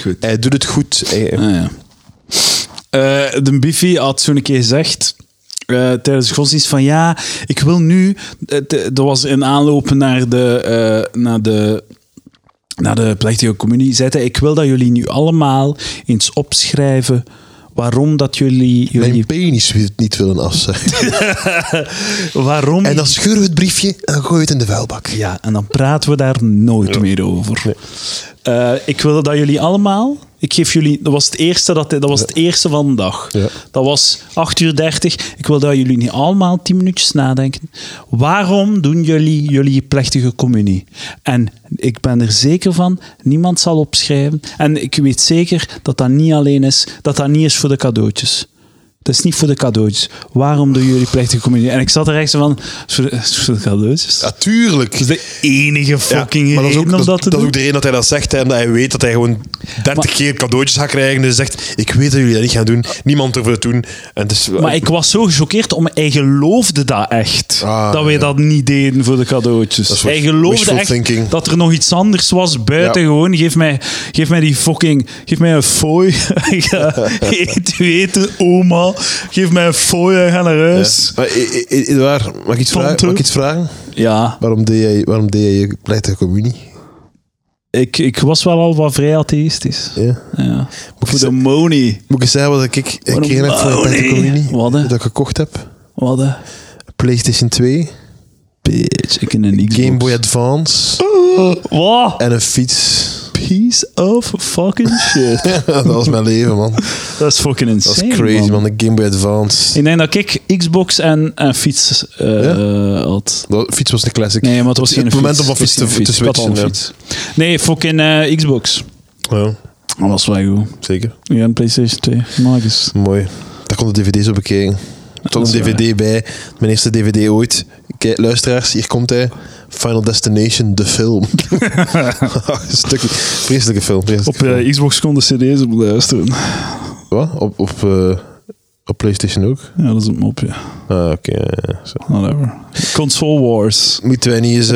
De Biffy had zo'n keer gezegd tijdens de godsdienst van ja, ik wil nu... Dat was in aanloop naar de plechtige communie. Zei hij, ik wil dat jullie nu allemaal eens opschrijven waarom dat jullie... Mijn penis niet willen afzeggen. Waarom? En dan scheuren we het briefje en dan gooien we het in de vuilbak. Ja, en dan praten we daar nooit meer over. Nee. Ik wil dat jullie allemaal... Ik geef jullie... Dat was het eerste van de dag. Ja. Dat was 8:30. Ik wil dat jullie niet allemaal 10 minuutjes nadenken. Waarom doen jullie plechtige communie? En ik ben er zeker van, niemand zal opschrijven. En ik weet zeker dat dat niet alleen is, dat dat niet is voor de cadeautjes. Dat is niet voor de cadeautjes. Waarom doen jullie plechtige communie? En ik zat er echt zo van, voor de cadeautjes? Ja, tuurlijk. Dat is de enige fucking reden om dat te doen. Dat is ook de reden dat hij dat zegt. Hè, omdat hij weet dat hij gewoon 30 keer cadeautjes gaat krijgen. Dus hij zegt, ik weet dat jullie dat niet gaan doen. Niemand durft het doen. En dus, maar ik was zo gechoqueerd hij geloofde dat echt. Dat wij dat niet deden voor de cadeautjes. Hij geloofde echt thinking. Dat er nog iets anders was buiten. Gewoon, geef mij die fucking... Geef mij een fooi. Eet weten, oma. Geef mij een fooi en ga naar huis. Ja. Maar Edouard, mag ik iets vragen? Ja. Waarom deed jij je plechtige communie? Ik was wel al wat vrij atheïstisch. Ja. Voor de money. Moet ik zeggen wat ik gekregen heb voor de plechtige communie? Wat? Dat ik gekocht heb? Wat? PlayStation 2. bitch. Ik in een Xbox. Game Boy Advance. Wat? En een fiets. Piece of fucking shit. Dat was mijn leven, man. Dat is fucking Dat insane, is crazy, man. De Game Boy Advance. Ik denk dat ik Xbox en fiets had. De fiets was de classic. Nee, maar het was geen Het moment fiets. om van fiets Het was te geen fiets. Ik had al switchen. een fiets. Nee, fucking Xbox. Ja, Dat was wel goed. zeker. Ja, een PlayStation 2. Nice. Mooi. Daar kon de dvd's op bekijken. Er stond een dat is dvd bij. Mijn eerste dvd ooit. Kijk, luisteraars, hier komt hij. Final Destination, de film. Een stukje. Vreselijke film. Op Xbox kon de cd's op luisteren. Wat? Op PlayStation ook? Ja, dat is een mop, ja. Ah, oké. Ja. Whatever. Console Wars. Moeten wij niet eens,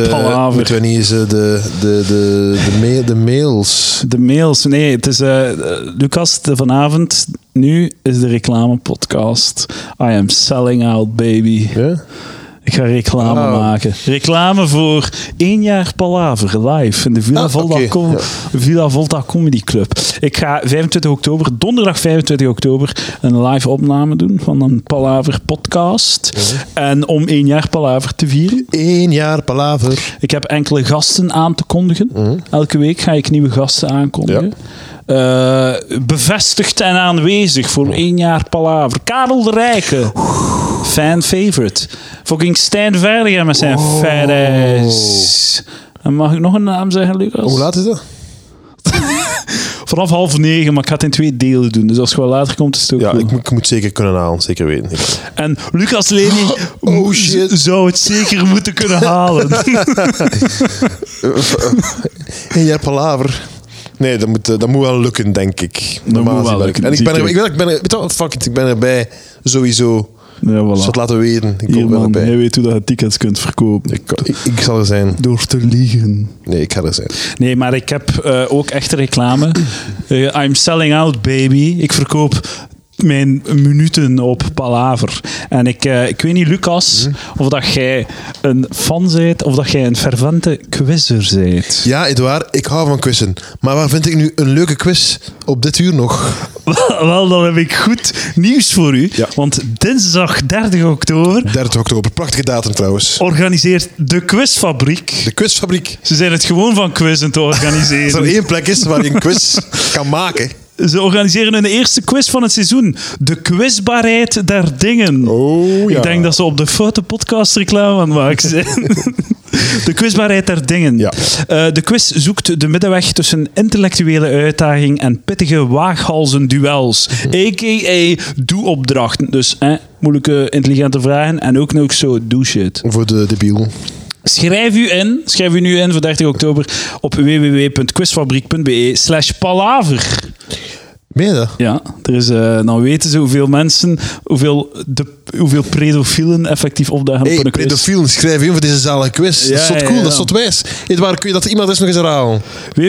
de mails... De mails. Nee, het is... Lucas, vanavond... Nu is de reclamepodcast. I am selling out, baby. Ja? Ik ga reclame maken. Reclame voor 1 jaar Palaver live in de Villa Volta Comedy Club. Ik ga 25 oktober, donderdag 25 oktober, een live opname doen van een Palaver podcast. En om 1 jaar Palaver te vieren. 1 jaar Palaver. Ik heb enkele gasten aan te kondigen. Elke week ga ik nieuwe gasten aankondigen. Ja. Bevestigd en aanwezig voor 1 jaar Palaver. Karel de Rijke. Fan favorite. Fucking Stijn Verdiger met zijn fat. En mag ik nog een naam zeggen, Lucas? Hoe laat is dat? Vanaf 8:30, maar ik ga het in 2 delen doen. Dus als je wel later komt, is het ook Ja, goed. ik moet zeker kunnen halen. Zeker weten. En Lucas Lely zou het zeker moeten kunnen halen. 1 jaar Palaver. Nee, dat moet wel lukken, denk ik. Dat moet wel lukken. En ik ben erbij. Sowieso. Ja, voilà. Dus dat laten weten. Ik Hier, kom wel man, erbij. jij weet hoe dat je tickets kunt verkopen. Ik zal er zijn. Door te liegen. Nee, ik ga er zijn. Nee, maar ik heb ook echte reclame. I'm selling out, baby. Ik verkoop mijn minuten op Palaver. En ik weet niet, Lucas, of dat jij een fan bent of dat jij een fervente quizzer bent. Ja, Edouard, ik hou van quizzen. Maar waar vind ik nu een leuke quiz op dit uur nog? Wel, dan heb ik goed nieuws voor u. Ja. Want dinsdag 30 oktober... 30 oktober, prachtige datum trouwens. Organiseert de Quizfabriek. De Quizfabriek. Ze zijn het gewoon van quizzen te organiseren. Als er 1 plek is waar je een quiz kan maken... Ze organiseren hun eerste quiz van het seizoen. De kwetsbaarheid der dingen. Oh, ja. Ik denk dat ze op de foute podcast reclame aan het maken zijn. De kwetsbaarheid der dingen. Ja. De quiz zoekt de middenweg tussen intellectuele uitdaging en pittige waaghalzen duels. A.k.a. doe-opdrachten. Dus moeilijke, intelligente vragen en ook nog zo do-shit. Voor de debiel. Schrijf u nu in voor 30 oktober op www.quizfabriek.be/palaver. Meen je dat? Ja, er is, dan weten ze hoeveel mensen, hoeveel pedofielen effectief opdagen op een quiz. Pedofielen, schrijf in voor deze zalige quiz. Ja, dat is tot cool, dat is tot wijs. Edouard, kun je dat iemand eens nog eens herhalen?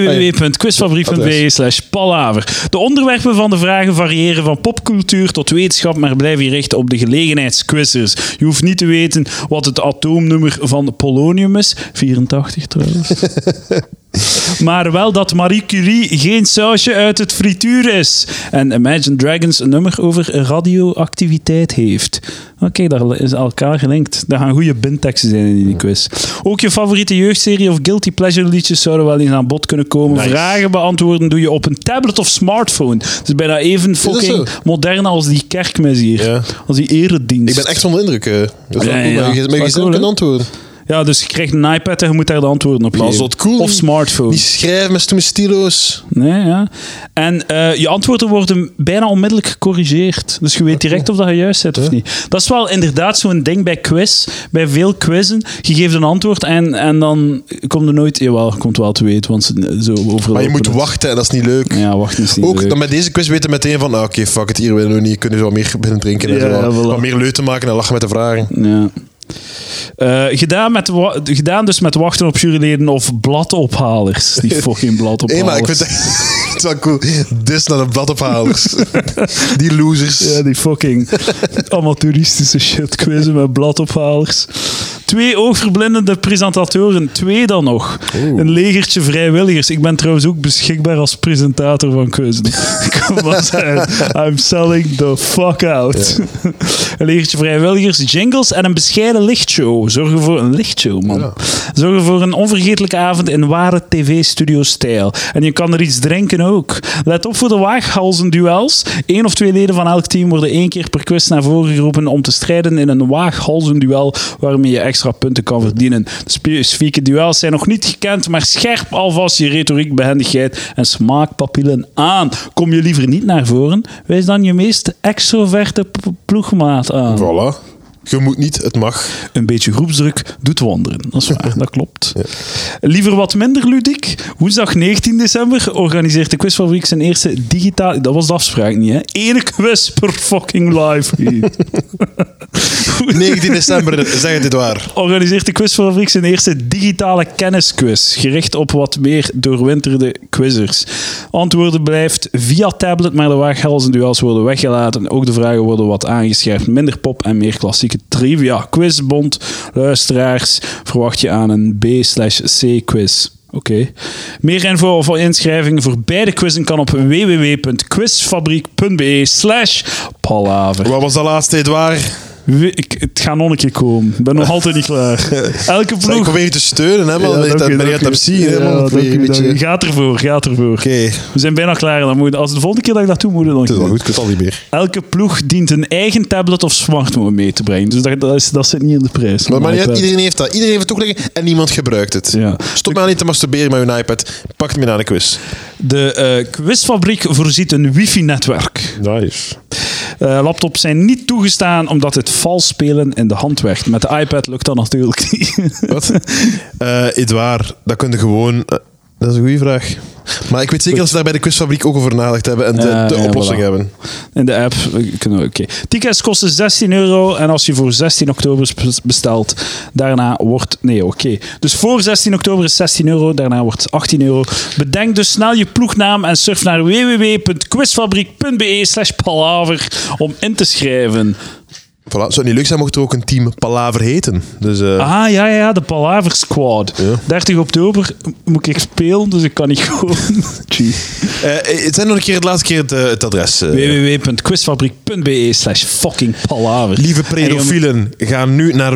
www.quizfabriek.be/palaver. De onderwerpen van de vragen variëren van popcultuur tot wetenschap, maar blijven gericht op de gelegenheidsquizzers. Je hoeft niet te weten wat het atoomnummer van polonium is. 84 trouwens. Maar wel dat Marie Curie geen sausje uit het frituur is. En Imagine Dragons een nummer over radioactiviteit heeft. Oké, daar is elkaar gelinkt. Dat gaan goede bindteksten zijn in die quiz. Ook je favoriete jeugdserie of guilty pleasure liedjes zouden wel eens aan bod kunnen komen. Nice. Vragen beantwoorden doe je op een tablet of smartphone. Het is bijna even fucking modern als die kerkmis hier. Ja. Als die eredienst. Ik ben echt onder indruk. Dat is maar je zelf kunnen antwoorden. Ja, dus je krijgt een iPad en je moet daar de antwoorden op geven. Cool. Of smartphone. Niet schrijven met stilo's. Nee, ja. En je antwoorden worden bijna onmiddellijk gecorrigeerd. Dus je weet direct of dat je juist zit of niet. Dat is wel inderdaad zo'n ding bij quiz. Bij veel quizzen. Je geeft een antwoord en dan komt er nooit... Jawel, komt wel te weten, want ze zo overlopen. Maar je moet wachten en dat is niet leuk. Ja, wachten is niet leuk. Ook dan met deze quiz weten meteen van... Oké, fuck it, hier willen we niet. Kunnen we wat meer beginnen drinken en zo. Wat meer leuk te maken en lachen met de vragen. Ja. Gedaan dus met wachten op juryleden of bladophalers. Die fucking bladophalers. Maar ik vind het wel cool. Dis naar de bladophalers. Die losers. Ja, die fucking amateuristische shit quizzen met bladophalers. 2 oogverblindende presentatoren. 2 dan nog. Een legertje vrijwilligers. Ik ben trouwens ook beschikbaar als presentator van quizzen. Kom maar zijn. I'm selling the fuck out. Een legertje vrijwilligers, jingles en een bescheiden lichtshow. Zorgen voor een lichtshow, man. Ja. Zorgen voor een onvergetelijke avond in ware tv-studio-stijl. En je kan er iets drinken ook. Let op voor de waaghalzenduels. 1 of 2 leden van elk team worden 1 keer per quiz naar voren geroepen om te strijden in een waaghalzenduel waarmee je extra punten kan verdienen. De specifieke duels zijn nog niet gekend, maar scherp alvast je retoriek, behendigheid en smaakpapillen aan. Kom je liever niet naar voren? Wijs dan je meest extroverte ploegmaat aan. Voilà. Je moet niet, het mag. Een beetje groepsdruk doet wonderen. Dat is waar, dat klopt. Ja. Liever wat minder ludiek. Woensdag 19 december organiseert de Quizfabriek zijn eerste digitale... Dat was de afspraak niet, hè? 1 quiz per fucking live. 19 december, zeg het waar. Organiseert de Quizfabriek zijn eerste digitale kennisquiz. Gericht op wat meer doorwinterde quizzers. Antwoorden blijft via tablet, maar de waaghalzenduels worden weggelaten. Ook de vragen worden wat aangescherpt. Minder pop en meer klassieke trivia. Quizbond, luisteraars, verwacht je aan een B/C quiz. Oké. Meer info of inschrijvingen voor beide quizzen kan op www.quizfabriek.be/palaver. Wat was de laatste, Edouard? Het gaat nog een keer komen. Ik ben nog altijd niet klaar. Elke ploeg... Ik probeer je te steunen, hè, man. Ja, dat hebt zien, hè, man. Gaat ervoor. Okay. We zijn bijna klaar. Als de volgende keer dat ik dat doe, moet het Het is wel goed, ik weet al niet meer. Elke ploeg dient een eigen tablet of smartphone mee te brengen. Dus dat zit niet in de prijs. Maar iedereen heeft dat. Iedereen heeft het toegelegd en niemand gebruikt het. Ja. Stop maar niet te masturberen met je iPad. Pak het mee naar de quiz. De Quizfabriek voorziet een wifi-netwerk. Nice. Laptops zijn niet toegestaan omdat het vals spelen in de hand werkt. Met de iPad lukt dat natuurlijk niet. Wat? Edouard, dat kun je gewoon... dat is een goede vraag. Maar ik weet zeker dat ze daar bij de Quizfabriek ook over nagedacht hebben en de oplossing hebben. In de app kunnen we... Oké. Tickets kosten €16 en als je voor 16 oktober bestelt, daarna wordt... Nee, oké. Dus voor 16 oktober is €16, daarna wordt het €18. Bedenk dus snel je ploegnaam en surf naar www.quizfabriek.be/palaver om in te schrijven. Voilà. Zou het niet leuk zijn mocht er ook een team Palaver heten? Dus, ja, de Palaver Squad. Ja. 30 oktober moet ik spelen, dus ik kan niet gewoon... Het zijn nog een keer het laatste keer het adres. www.quizfabriek.be/fucking-palaver. Lieve predofielen, ga nu naar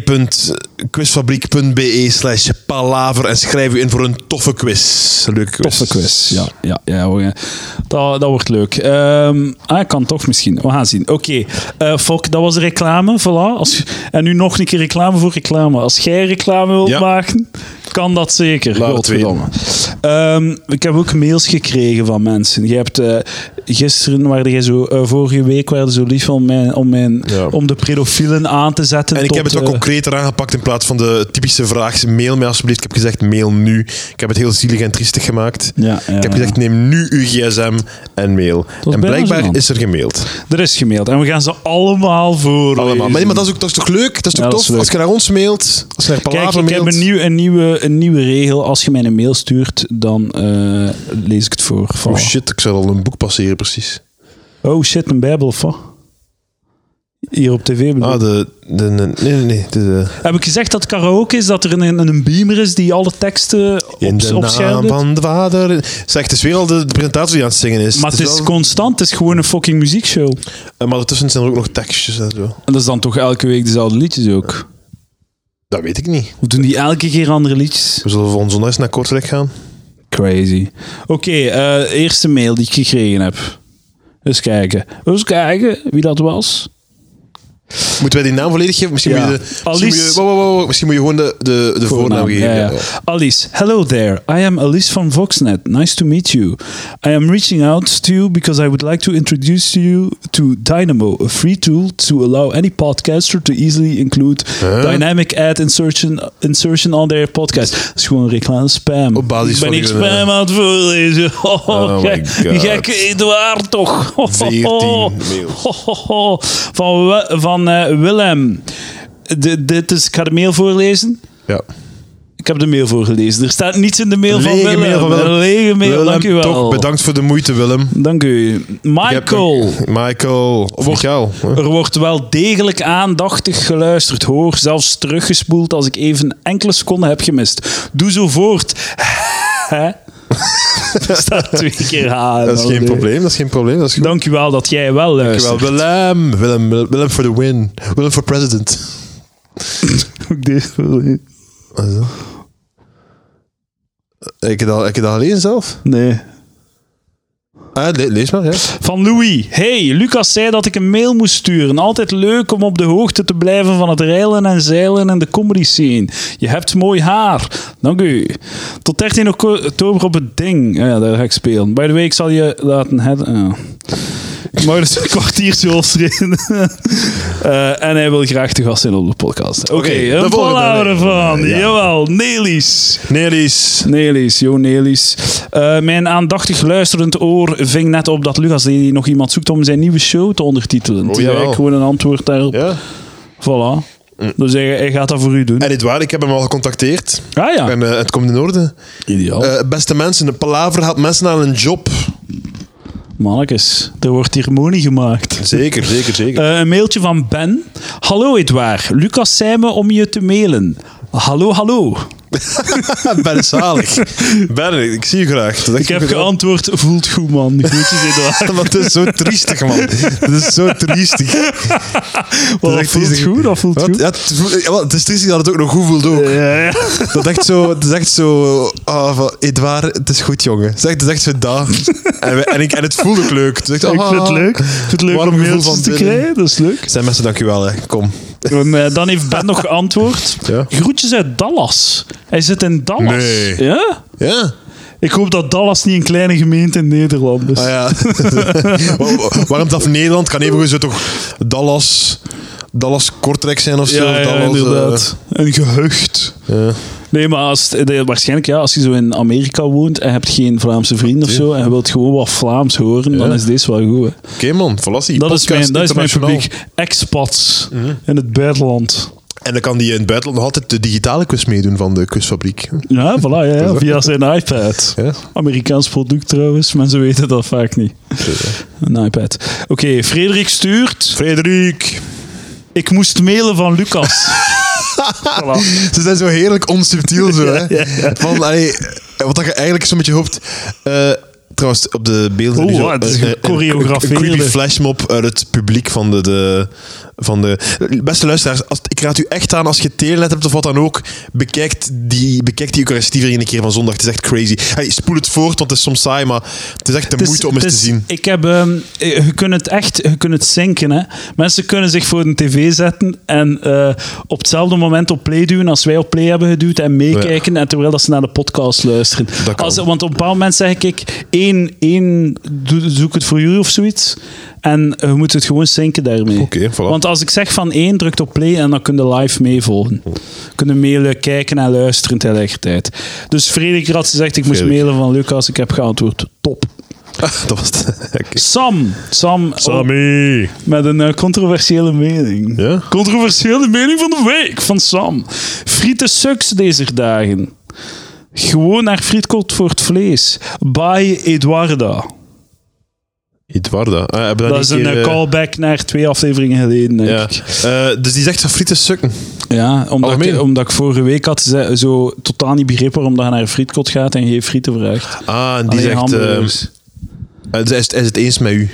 www.quizfabriek.be/palaver en schrijf u in voor een toffe quiz. Een leuke quiz. Toffe quiz, ja. Dat wordt leuk. Kan toch misschien. We gaan zien. Oké, Fok, dat was de reclame. Voilà. En nu nog een keer reclame voor reclame. Als jij reclame wilt maken, kan dat zeker. Godverdomme. Ik heb ook mails gekregen van mensen. Je hebt gisteren, vorige week, waren zo lief om de pedofielen aan te zetten. En ik heb het wat concreter aangepakt in plaats van de typische vraag: mail mij alsjeblieft. Ik heb gezegd, mail nu. Ik heb het heel zielig en triestig gemaakt. Ik heb gezegd, neem nu uw gsm en mail. En blijkbaar is er gemaild. Er is gemaild. En we gaan ze allemaal voorlezen. Allemaal. Maar dat is toch leuk? Dat is toch tof? Als je naar ons mailt, als je naar Palaver mailt. Ik heb een nieuwe regel. Als je mij een mail stuurt, dan lees ik het voor. Oh shit, ik zal al een boek passeren, precies. Oh shit, een bijbel of wat? Hier op tv bedoel. Nee. Heb ik gezegd dat karaoke is, dat er een beamer is die alle teksten op scherm doet? Van de vader. Zeg, het is weer al de presentatie die aan het zingen is. Maar het is constant, het is gewoon een fucking muziekshow. Maar ertussen zijn er ook nog tekstjes en zo. En dat is dan toch elke week dezelfde liedjes ook? Dat weet ik niet. Of doen die elke keer andere liedjes? We zullen volgende zondag eens naar Kortrijk gaan. Crazy. Oké, eerste mail die ik gekregen heb. Eens kijken wie dat was. Moeten wij die naam volledig geven? Misschien moet je gewoon de voornaam geven. Ja. Alice, hello there. I am Alice from Voxnet. Nice to meet you. I am reaching out to you because I would like to introduce you to Dynamo, a free tool to allow any podcaster to easily include dynamic ad insertion on their podcast. Dat is gewoon reclame spam. Op basis ben ik spam aan het voorlezen. Gekke Edouard toch. 14 mails. Van Willem. Ik ga de mail voorlezen. Ja. Ik heb de mail voorgelezen. Er staat niets in de mail van Willem. Een lege mail, Willem, dank u wel. Toch, bedankt voor de moeite, Willem. Dank u. Michael. Er wordt wel degelijk aandachtig geluisterd. Hoor, zelfs teruggespoeld als ik even enkele seconden heb gemist. Doe zo voort. Hè? Er staat 2 keer aan. Dat is geen probleem. Dat is goed. Dank u wel dat jij wel luistert. Dankjewel. Willem for the win. Willem for president. Ook deze voorlezen. Wat is dat? Heb je dat gelezen zelf? Nee. Lees maar, ja. Van Louis. Hey, Lucas zei dat ik een mail moest sturen. Altijd leuk om op de hoogte te blijven van het reilen en zeilen en de comedy scene. Je hebt mooi haar. Dank u. Tot 13 oktober op het ding. Ja, daar ga ik spelen. By the way, ik zal je laten... Ik mag dus een kwartiertje optreden. En hij wil graag te gast zijn op de podcast. Oké, een volgende ervan. Ja. Jawel, Nelis. Jo, Nelis. Mijn aandachtig luisterend oor ving net op dat Lucas die nog iemand zoekt om zijn nieuwe show te ondertitelen. Dus ik gewoon een antwoord daarop. Ja. Voilà. Dus hij gaat dat voor u doen. En Edouard, ik heb hem al gecontacteerd. Ah ja. En het komt in orde. Ideaal. Beste mensen, een palaver haalt mensen aan een job. Mannekes, er wordt hier money gemaakt. Zeker. Een mailtje van Ben. Hallo Edouard, Lucas zei me om je te mailen. Hallo. Ben zalig. Ben, ik zie je graag. Ik heb geantwoord, voelt goed man. Groetjes Edouard. Maar het is zo triestig man. Het is zo triestig. Dat voelt goed, dat voelt goed. Ja, het is triestig dat het ook nog goed voelt ook. Ja. Dat is echt zo van, Edouard, het is goed jongen. Het is echt zo daar. En het voelt ook leuk. Ik vind het leuk. Ik vind het leuk om mailtjes te krijgen. Dat is leuk. Zijn mensen, dankjewel. Hè. Kom. En dan heeft Ben nog geantwoord. Ja. Groetjes uit Dallas. Hij zit in Dallas. Nee. Ja? Ja. Ik hoop dat Dallas niet een kleine gemeente in Nederland is. Ah ja. Waarom dat van Nederland? Kan even zo toch Dallas Kortrijk zijn of zo? Ja, Dallas, inderdaad. Een gehucht. Ja. Nee, maar waarschijnlijk als je zo in Amerika woont en je hebt geen Vlaamse vrienden of zo en je wilt gewoon wat Vlaams horen, dan is deze wel goed. Oké man, verlassie. Dat is mijn publiek. Expats in het buitenland. En dan kan die in het buitenland nog altijd de digitale quiz meedoen van de quizfabriek. Ja, voilà, ja, via zijn iPad. Ja. Amerikaans product trouwens, mensen weten dat vaak niet. Een iPad. Oké, Frederik stuurt. Frederik. Ik moest mailen van Lucas. Voilà. Ze zijn zo heerlijk onsubtiel zo, hè. Ja. Van, wat je eigenlijk zo'n beetje hoopt... trouwens, op de beelden... het is gechoreografeerde. Een creepy flashmob uit het publiek van de beste luisteraars, ik raad u echt aan, als je telenet hebt of wat dan ook, bekijk die Eucharistie weer een keer van zondag. Het is echt crazy. Spoel het voort, want het is soms saai, maar het is echt de moeite om eens te zien. Ik heb... je kunt het zinken, hè. Mensen kunnen zich voor de tv zetten en op hetzelfde moment op play duwen als wij op play hebben geduwd en meekijken, en terwijl dat ze naar de podcast luisteren. Want op een bepaald moment zeg ik, één zoek het voor jullie of zoiets. En je moet het gewoon zinken daarmee. Okay, voilà. Want als ik zeg van 1, drukt op play en dan kun je live meevolgen. Kunnen mailen, kijken en luisteren tegelijkertijd. Dus Frederik had gezegd, ik moest mailen van Lucas. Ik heb geantwoord, top. Dat was het. Okay. Sammy. Met een controversiële mening. Ja? Controversiële mening van de week van Sam. Frieten sucks deze dagen. Gewoon naar Frietkot voor het vlees. By Eduarda. Edouarda. Dat is een callback naar 2 afleveringen geleden, denk ik. Dus die zegt van frieten sukken. Ja, omdat ik vorige week had zo totaal niet begrepen waarom dat je naar een frietkot gaat en geen frieten vraagt. En die zegt... Is het eens met u?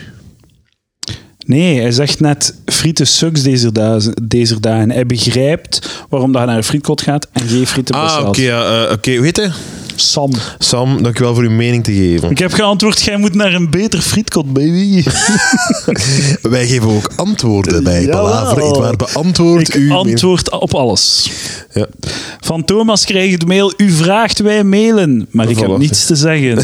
Nee, hij zegt net frieten sucks deze dagen. Hij begrijpt waarom dat je naar een frietkot gaat en geen frieten bestelt. Oké. Hoe heet hij? Sam, dankjewel voor uw mening te geven. Ik heb geantwoord, jij moet naar een beter frietkot, baby. Wij geven ook antwoorden bij Palaver. Edouard beantwoordt u. Ik antwoord op alles. Ja. Van Thomas krijg ik de mail, u vraagt, wij mailen. Maar ik heb niets te zeggen.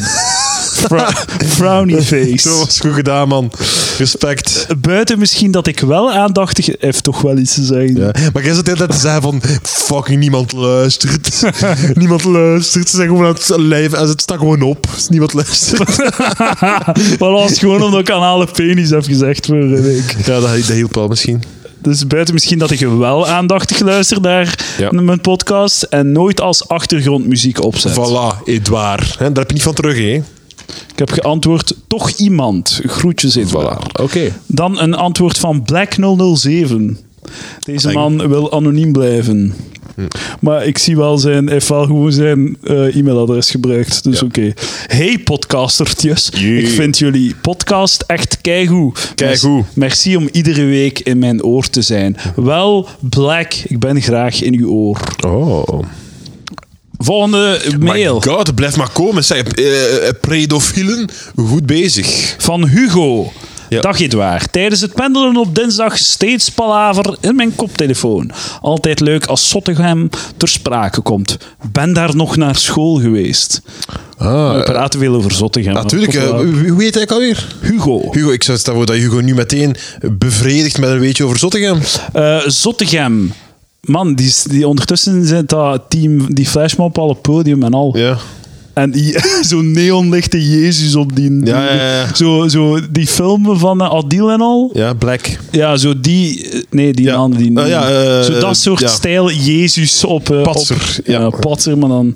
Frowny face. Zo was goed gedaan, man. Respect. Buiten misschien dat ik wel aandachtig... heeft toch wel iets te zeggen. Ja. Maar jij zat de hele tijd te zeggen van... Fucking niemand luistert. Niemand luistert. Ze zijn gewoon aan het lijven en het staat gewoon op. Niemand luistert. Maar dat was gewoon omdat ik anale penis heb gezegd vorige week. Ja, dat hielp wel misschien. Dus buiten misschien dat ik wel aandachtig luister naar mijn podcast en nooit als achtergrondmuziek opzet. Voilà, Edouard. Daar heb je niet van terug, hè? Ik heb geantwoord, toch iemand. Groetjes, Edouard. Voilà. Oké. Dan een antwoord van Black007. Deze man wil anoniem blijven. Maar ik zie wel hij heeft wel gewoon zijn e-mailadres gebruikt. Dus oké. Hey podcastertjes. Ik vind jullie podcast echt keigoed. Merci om iedere week in mijn oor te zijn. Wel, Black, ik ben graag in uw oor. Oh. Volgende mail. My god, blijf maar komen. Zeg, predofielen, goed bezig. Van Hugo. Ja. Dag Edouard. Tijdens het pendelen op dinsdag steeds palaver in mijn koptelefoon. Altijd leuk als Zottegem ter sprake komt. Ben daar nog naar school geweest. We praten veel over Zottegem. Natuurlijk. Hoe heet hij alweer? Hugo. Ik zou staan voor dat Hugo nu meteen bevredigt met een weetje over Zottegem. Zottegem. Man, die ondertussen zit dat team, die flashmob al op het podium en al. Ja. En zo'n neonlichte Jezus op die... Ja. Zo die filmen van Adil en al. Ja, Black. Ja, zo die... Nee, die andere. Zo dat soort stijl Jezus op... Patser. Patser, maar dan...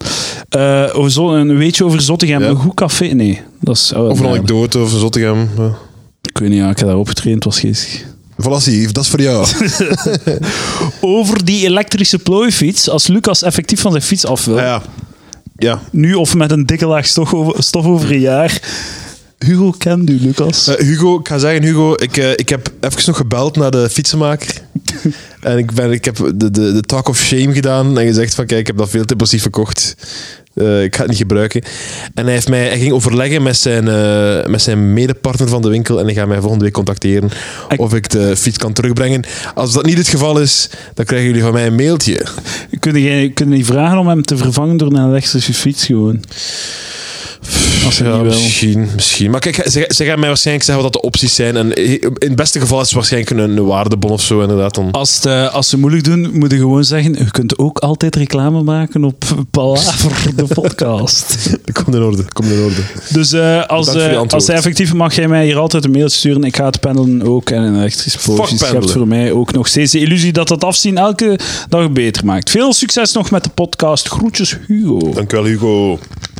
een weetje over Zottegem. Een goed café? Nee. Dat is, of een anekdote over Zottegem. Ja. Ik weet niet, ik heb daar opgetraind, het was geestig. Voilà, dat is voor jou. Over die elektrische plooifiets, als Lucas effectief van zijn fiets af wil... Ja. Nu of met een dikke laag stof over een jaar. Hugo kent u, Lucas. Hugo, ik ga zeggen, ik heb even nog gebeld naar de fietsenmaker. En ik heb de talk of shame gedaan en gezegd van kijk, ik heb dat veel te passief verkocht. Ik ga het niet gebruiken. En hij ging overleggen met zijn medepartner van de winkel en hij gaat mij volgende week contacteren of ik de fiets kan terugbrengen. Als dat niet het geval is, dan krijgen jullie van mij een mailtje. Kunnen jullie vragen om hem te vervangen door een elektrische fiets gewoon? Als hij misschien. Maar kijk, ze gaan mij waarschijnlijk zeggen wat de opties zijn. En in het beste geval is het waarschijnlijk een waardebon of zo, inderdaad. Dan. Als ze moeilijk doen, moet je gewoon zeggen, je kunt ook altijd reclame maken op Palaver, de podcast. Komt in orde. Dus als hij effectief mag jij mij hier altijd een mail sturen. Ik ga het pendelen ook en een elektrische pootjes. Je hebt voor mij ook nog steeds de illusie dat dat afzien elke dag beter maakt. Veel succes nog met de podcast. Groetjes, Hugo. Dankjewel, Hugo.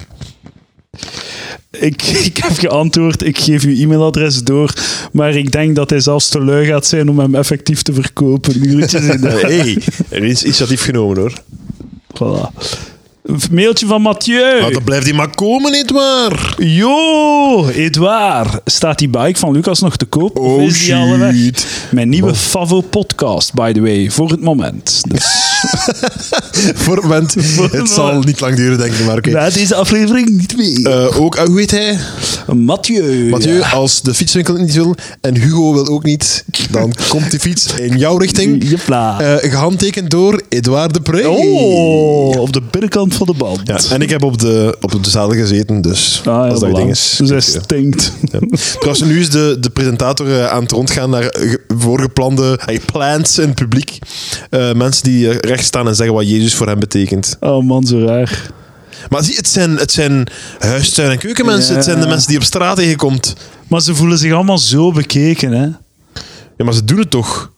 Ik heb geantwoord, ik geef uw e-mailadres door, maar ik denk dat hij zelfs te lui gaat zijn om hem effectief te verkopen. Hey, er is initiatief genomen hoor. Voilà. Een mailtje van Mathieu. Dan blijft hij maar komen, Edouard. Yo, Edouard. Staat die bike van Lucas nog te koop? Of is die al weg? Mijn nieuwe Favo-podcast, by the way. Voor het moment. Dus. Voor het moment. Het zal niet lang duren, denk ik. Maar okay. Na deze aflevering niet meer. Hoe heet hij? Mathieu. Ja. Als de fietswinkel niet wil en Hugo wil ook niet, dan komt die fiets in jouw richting. Gehandtekend door Edouard de Pre. Oh, op de binnenkant van de band. Ja, en ik heb op de zadel gezeten, dus als dat je ding is. Dus hij stinkt. Ja. Trouwens, nu is de presentator aan het rondgaan naar voorgeplande plans in het publiek. Mensen die recht staan en zeggen wat Jezus voor hem betekent. Oh man, zo raar. Maar zie, het zijn huistuin- en keukenmensen. Ja. Het zijn de mensen die op straat tegenkomt. Maar ze voelen zich allemaal zo bekeken, hè? Ja, maar ze doen het toch?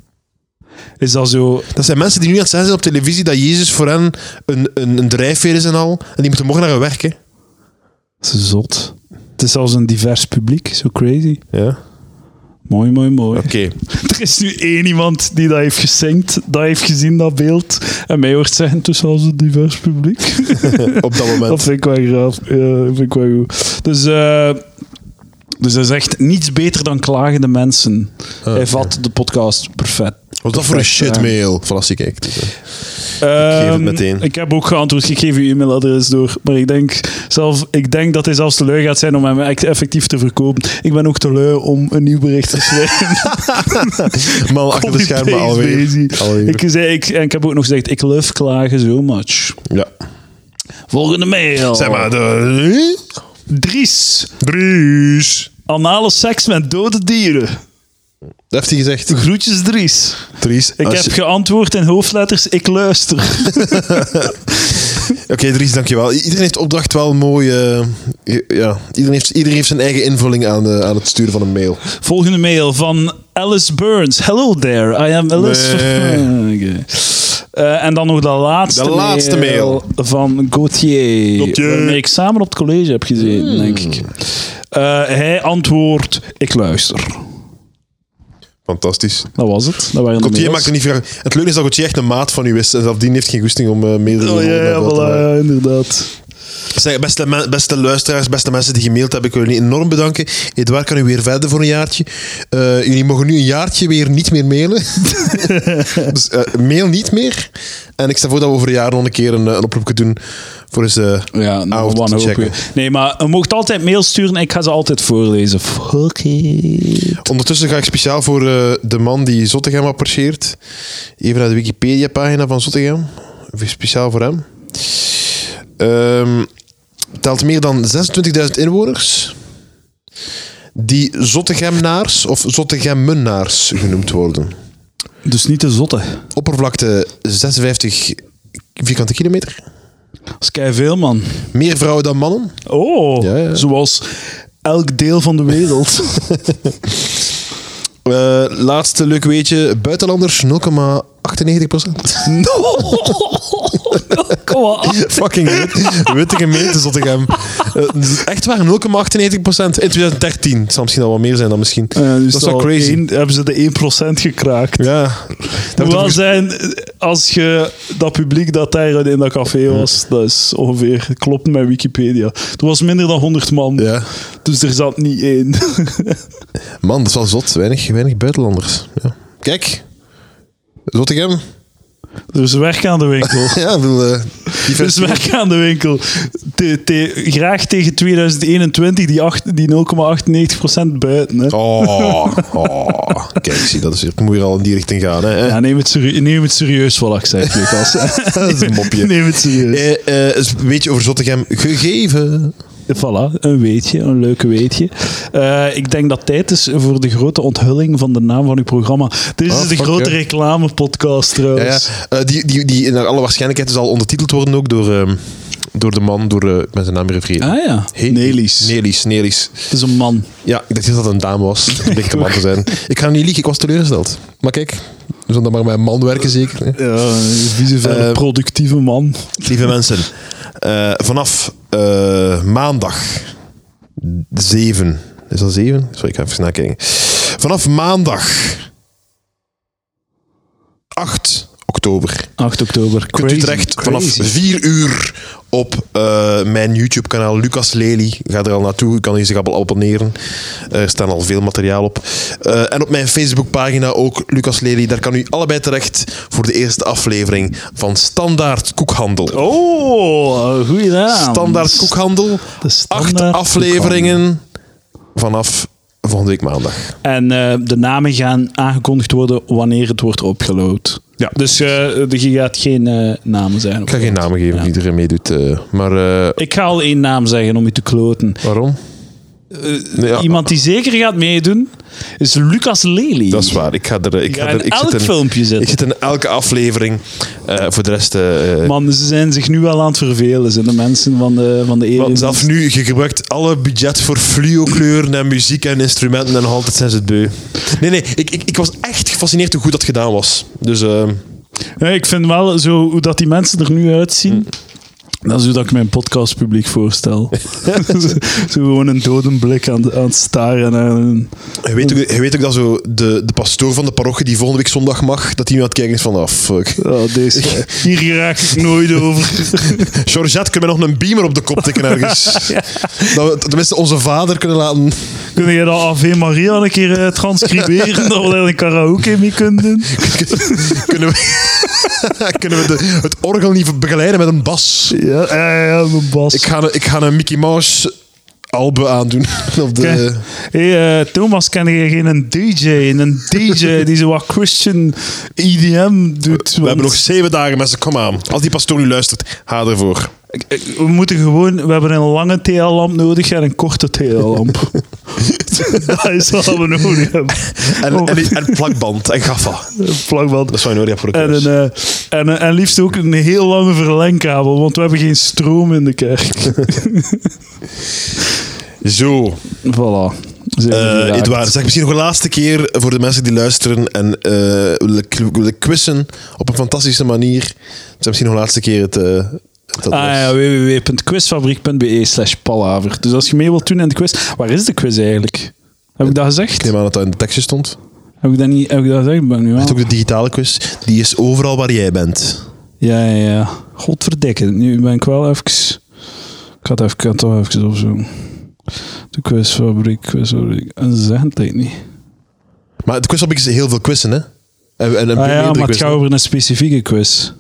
Is dat zo... Dat zijn mensen die nu aan het zeggen zijn op televisie dat Jezus voor hen een drijfveer is en al. En die moeten morgen naar hun werk, hè. Dat is zot. Het is zelfs een divers publiek. Zo crazy. Ja. Mooi, mooi, mooi. Oké. Er is nu één iemand die dat heeft gezinkt, dat heeft gezien, dat beeld. En mij hoort zeggen, het is zelfs een divers publiek. Op dat moment. Dat vind ik wel graaf. Ja, dat vind ik wel goed. Dus hij zegt niets beter dan klagende mensen. Hij vat de podcast perfect. Wat is dat voor een shitmail? Voilà, zie kijkt. Ik geef het meteen. Ik heb ook geantwoord, ik geef uw e-mailadres door. Maar ik denk dat hij zelfs te lui gaat zijn om hem effectief te verkopen. Ik ben ook te lui om een nieuw bericht te schrijven. Man, achter de schermen alweer. Ik heb ook nog gezegd, ik love klagen so much. Ja. Volgende mail. Zeg maar, Dries. Anale seks met dode dieren. Dat heeft hij gezegd. Groetjes, Dries. Ik heb geantwoord in hoofdletters, ik luister. Oké, Dries, dankjewel. Iedereen heeft opdracht wel mooi... Iedereen heeft zijn eigen invulling aan het sturen van een mail. Volgende mail van Alice Burns. Hello there, I am Alice. Nee. Okay. En dan nog de laatste mail van Gauthier. Waarmee ik samen op het college heb gezeten, denk ik. Hij antwoordt, ik luister. Fantastisch. Dat was het. Dat waren Gauthier maakte niet veel. Het leuke is dat Gauthier echt een maat van u is. En zelfdien heeft geen goesting om meerdere... Oh ja, voilà, inderdaad. Zeg, beste luisteraars, beste mensen die gemaild hebben, ik wil jullie enorm bedanken. Edouard kan u weer verder voor een jaartje. Jullie mogen nu een jaartje weer niet meer mailen. Dus mail niet meer. En ik stel voor dat we over een jaar nog een keer een oproepje doen voor eens oud te checken. Nee, maar je mocht altijd mail sturen en ik ga ze altijd voorlezen. Fuck it. Ondertussen ga ik speciaal voor de man die Zottegem apprecieert even naar de Wikipedia-pagina van Zottegem. Speciaal voor hem. Telt meer dan 26.000 inwoners die Zottegemnaars of Zottegemmennaars genoemd worden. Dus niet de zotte. Oppervlakte 56 vierkante kilometer. Dat is keiveel, man. Meer vrouwen dan mannen. Oh, ja. Zoals elk deel van de wereld. Laatste leuk weetje. Buitenlanders 0,98%. Fucking witte gemeente Zottegem. Echt waar, 0,98%. In 2013. Het zal misschien al wat meer zijn dan misschien. Dus dat is wel crazy. Hebben ze de 1% gekraakt. Ja. Dat moet wel zijn, als je dat publiek dat daar in dat café was, dat is ongeveer, klopt met Wikipedia. Er was minder dan 100 man. Ja. Dus er zat niet één. Man, dat is wel zot. Weinig buitenlanders. Ja. Kijk. Zottegem. Er is werk aan de winkel. Ja, er is werk aan de winkel. Graag tegen 2021 die 0,98% buiten. Hè. Kijk, zie, dat moet je al in die richting gaan. Hè. Ja, neem het serieus, wat ik zeg, Lucas. Dat is een mopje. Neem het serieus. Een beetje over Zottegem gegeven. Voilà, een leuke weetje. Ik denk dat het tijd is voor de grote onthulling van de naam van uw programma. Dit is de grote reclamepodcast trouwens. Ja. Die naar alle waarschijnlijkheid zal ondertiteld worden ook door de man, met zijn naam weer vergeten. Ah ja, Nelis. Het is een man. Ja, ik dacht dat het een dame was. Het bleek een man te zijn. Ik ga niet liegen, ik was teleurgesteld. Maar kijk, we zullen dan maar met een man werken zeker. Hè? Ja, een productieve man. Lieve mensen, vanaf maandag 7. Is dat 7? Sorry, ik ga even nakijken. Vanaf maandag 8 oktober. 8 oktober. Kunt u terecht vanaf 4 uur op mijn YouTube-kanaal Lucas Lely. Ga er al naartoe. U kan hier zich al abonneren. Er staan al veel materiaal op. En op mijn Facebookpagina ook Lucas Lely. Daar kan u allebei terecht voor de eerste aflevering van Standaard Koekhandel. Oh, goeie naam. Standaard Koekhandel. 8 afleveringen vanaf volgende week maandag. En de namen gaan aangekondigd worden wanneer het wordt opgeload. Ja. Dus je gaat geen namen zeggen. Ik ga geen namen geven wie er meedoet. Maar ik ga al 1 naam zeggen om je te kloten. Waarom? Iemand die zeker gaat meedoen is Lucas Lely. Dat is waar. Ik ga elk filmpje zetten. Ik zit in elke aflevering. Voor de rest... Man, ze zijn zich nu al aan het vervelen. Zijn de mensen van de Ere. Zelfs nu, je gebruikt alle budget voor fluo-kleuren en muziek en instrumenten en nog altijd zijn ze het beu. Nee, ik was echt gefascineerd hoe goed dat gedaan was. Dus... Ja, ik vind wel zo hoe dat die mensen er nu uitzien. Dat is hoe dat ik mijn podcastpubliek voorstel. Zo gewoon een dode blik aan het staren naar een... Je weet ook dat zo de pastoor van de parochie die volgende week zondag mag, dat hij nu aan het kijken is van, fuck. Oh, hier raak ik nooit over. Georgette, kunnen we nog een beamer op de kop tikken ergens? Ja. Dat we tenminste onze vader kunnen laten... Kun je dat Ave Maria een keer transcriberen, dat we daar een karaoke mee kunnen doen? Kunnen we het orgel niet begeleiden met een bas? Ja, een bas. Ik ga een Mickey Mouse album aandoen. Op de... Thomas, ken je geen DJ? Een DJ die zo wat Christian EDM doet. We hebben nog 7 dagen, mensen. Kom aan. Als die pastoor nu luistert, ga ervoor. We hebben een lange TL-lamp nodig en een korte TL-lamp. Dat is wat we nodig hebben. En plakband en gaffa. Plakband. Dat is wat je nodig hebt voor het en liefst ook een heel lange verlengkabel, want we hebben geen stroom in de kerk. Zo. Voilà. Edouard, zeg misschien nog een laatste keer voor de mensen die luisteren en willen quizzen op een fantastische manier. Zeg misschien nog een laatste keer het www.quizfabriek.be/palaver. Dus als je mee wilt doen in de quiz... Waar is de quiz eigenlijk? Heb ik dat gezegd? Ik neem aan dat dat in de tekstje stond. Heb ik dat gezegd? Ik ben nu Echt aan. ook de digitale quiz, die is overal waar jij bent. Ja. Godverdikke. Nu ben ik wel even... Ik ga het toch even opzoeken. De quizfabriek. En ze zeggen het niet. Maar de quizfabriek is heel veel quizzen, hè? En Maar het gaat over een specifieke quiz.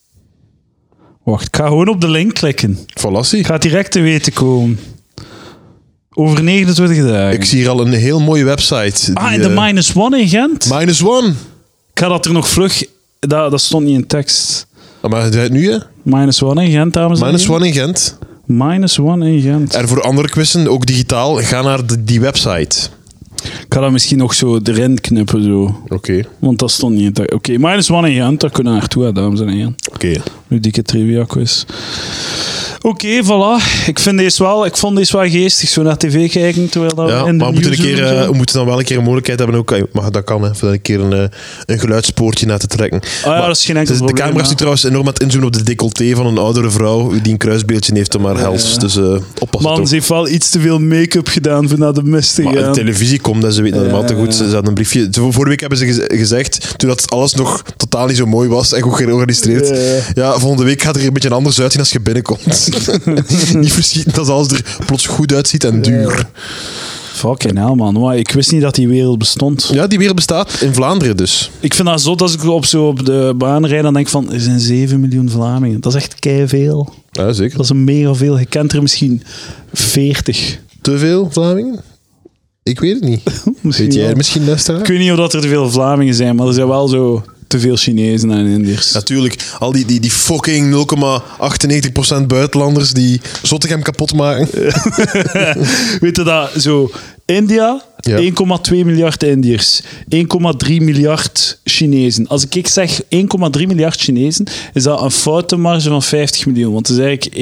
Wacht, ik ga gewoon op de link klikken. Fallacie. Ik ga het direct te weten komen. Over 29 dagen. Ik zie hier al een heel mooie website. In de -1 in Gent? -1. Ik ga dat er nog vlug... Dat stond niet in tekst. Maar het nu, hè? -1 in Gent, dames en heren. -1 in Gent. -1 in Gent. En voor andere quizzen, ook digitaal, ga naar die website. Ik ga dat misschien nog zo erin knippen, zo. Oké. Want dat stond niet in tekst. Oké, -1 in Gent, daar kunnen we naartoe, dames en heren. Oké. Ludieke trivia quiz. Oké, voilà. Ik vond deze wel geestig, zo naar tv kijken terwijl dat Ja, in de maar we nieuws moeten dan wel een keer een mogelijkheid hebben ook. Maar dat kan, hè, voor een keer een geluidspoortje naar te trekken. dat is geen enkel de probleem. camera is nu trouwens enorm aan het inzoomen op de decolleté van een oudere vrouw die een kruisbeeldje heeft om haar hals. Dus oppassen Man, toch. ze heeft wel iets te veel make-up gedaan voor naar de mist te Maar gaan. de televisie komt en ze weten helemaal te goed. Ze hadden een briefje. Vorige week hebben ze gezegd, toen dat alles nog totaal niet zo mooi was en goed georganiseerd. Ja, volgende week gaat er een beetje anders uitzien als je binnenkomt. Niet verschieten dat alles er plots goed uitziet en duur. Fucking hell, man. Maar ik wist niet dat die wereld bestond. Ja, die wereld bestaat in Vlaanderen dus. Ik vind dat zo, als ik op de baan rijd, dan denk ik van, er zijn 7 miljoen Vlamingen. Dat is echt keiveel. Ja, zeker. Dat is een mega veel. Je kent er misschien 40. Te veel Vlamingen? Ik weet het niet. Misschien Weet jij wel. er misschien, Nestor? Ik weet niet of dat er te veel Vlamingen zijn, maar er zijn wel zo te veel Chinezen en Indiërs. Natuurlijk, al die fucking 0,98% buitenlanders die Zottegem kapot maken. Weet je dat? Zo, India, Ja. 1,2 miljard Indiërs, 1,3 miljard Chinezen. Als ik zeg 1,3 miljard Chinezen, is dat een foutenmarge van 50 miljoen. Want het is eigenlijk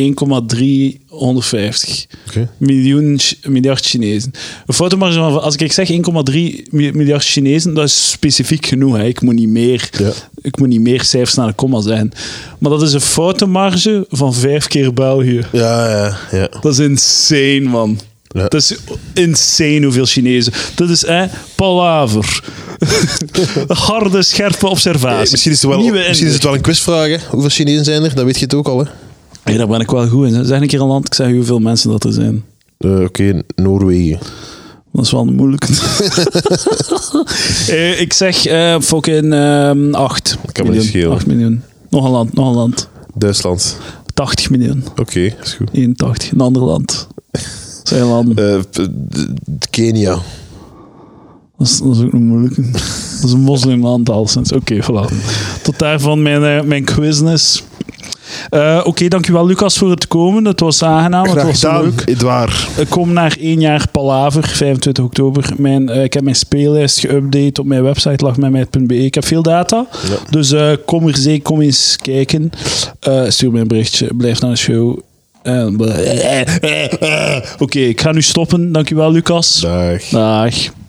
1,350 Oké. miljard Chinezen. Een foutenmarge van, als ik zeg 1,3 miljard Chinezen, dat is specifiek genoeg. Hè. Ik moet niet meer cijfers naar de komma zijn. Maar dat is een foutenmarge van 5 keer België. Ja. Dat is insane, man. Ja. Dat is insane hoeveel Chinezen. Dat is palaver. Harde, scherpe observatie. Misschien is het wel een quizvraag, hè? Hoeveel Chinezen zijn er? Dat weet je het ook al, hè? Hey, daar ben ik wel goed in. Hè. Zeg een keer een land, ik zeg hoeveel mensen dat er zijn. Oké, Noorwegen. Dat is wel moeilijk. Ik zeg fucking 8 Kan me niet schelen. 8 miljoen. Nog een land. Duitsland. 80 miljoen. Oké, is goed. 81. Een ander land. Zijn landen. Kenia. Dat is ook nog moeilijk. Dat is een moslimland al sinds. Oké, voilà. Tot daarvan mijn quiznes. Oké, dankjewel Lucas voor het komen. Het was aangenaam. Het was leuk. Edouard. Ik kom naar 1 jaar Palaver, 25 oktober. Ik heb mijn speellijst geüpdate op mijn website lachmetmij.be. Ik heb veel data. Ja. Dus kom eens kijken. Stuur mij een berichtje. Blijf naar de show. Oké, ik ga nu stoppen. Dankjewel Lucas. Dag. Dag.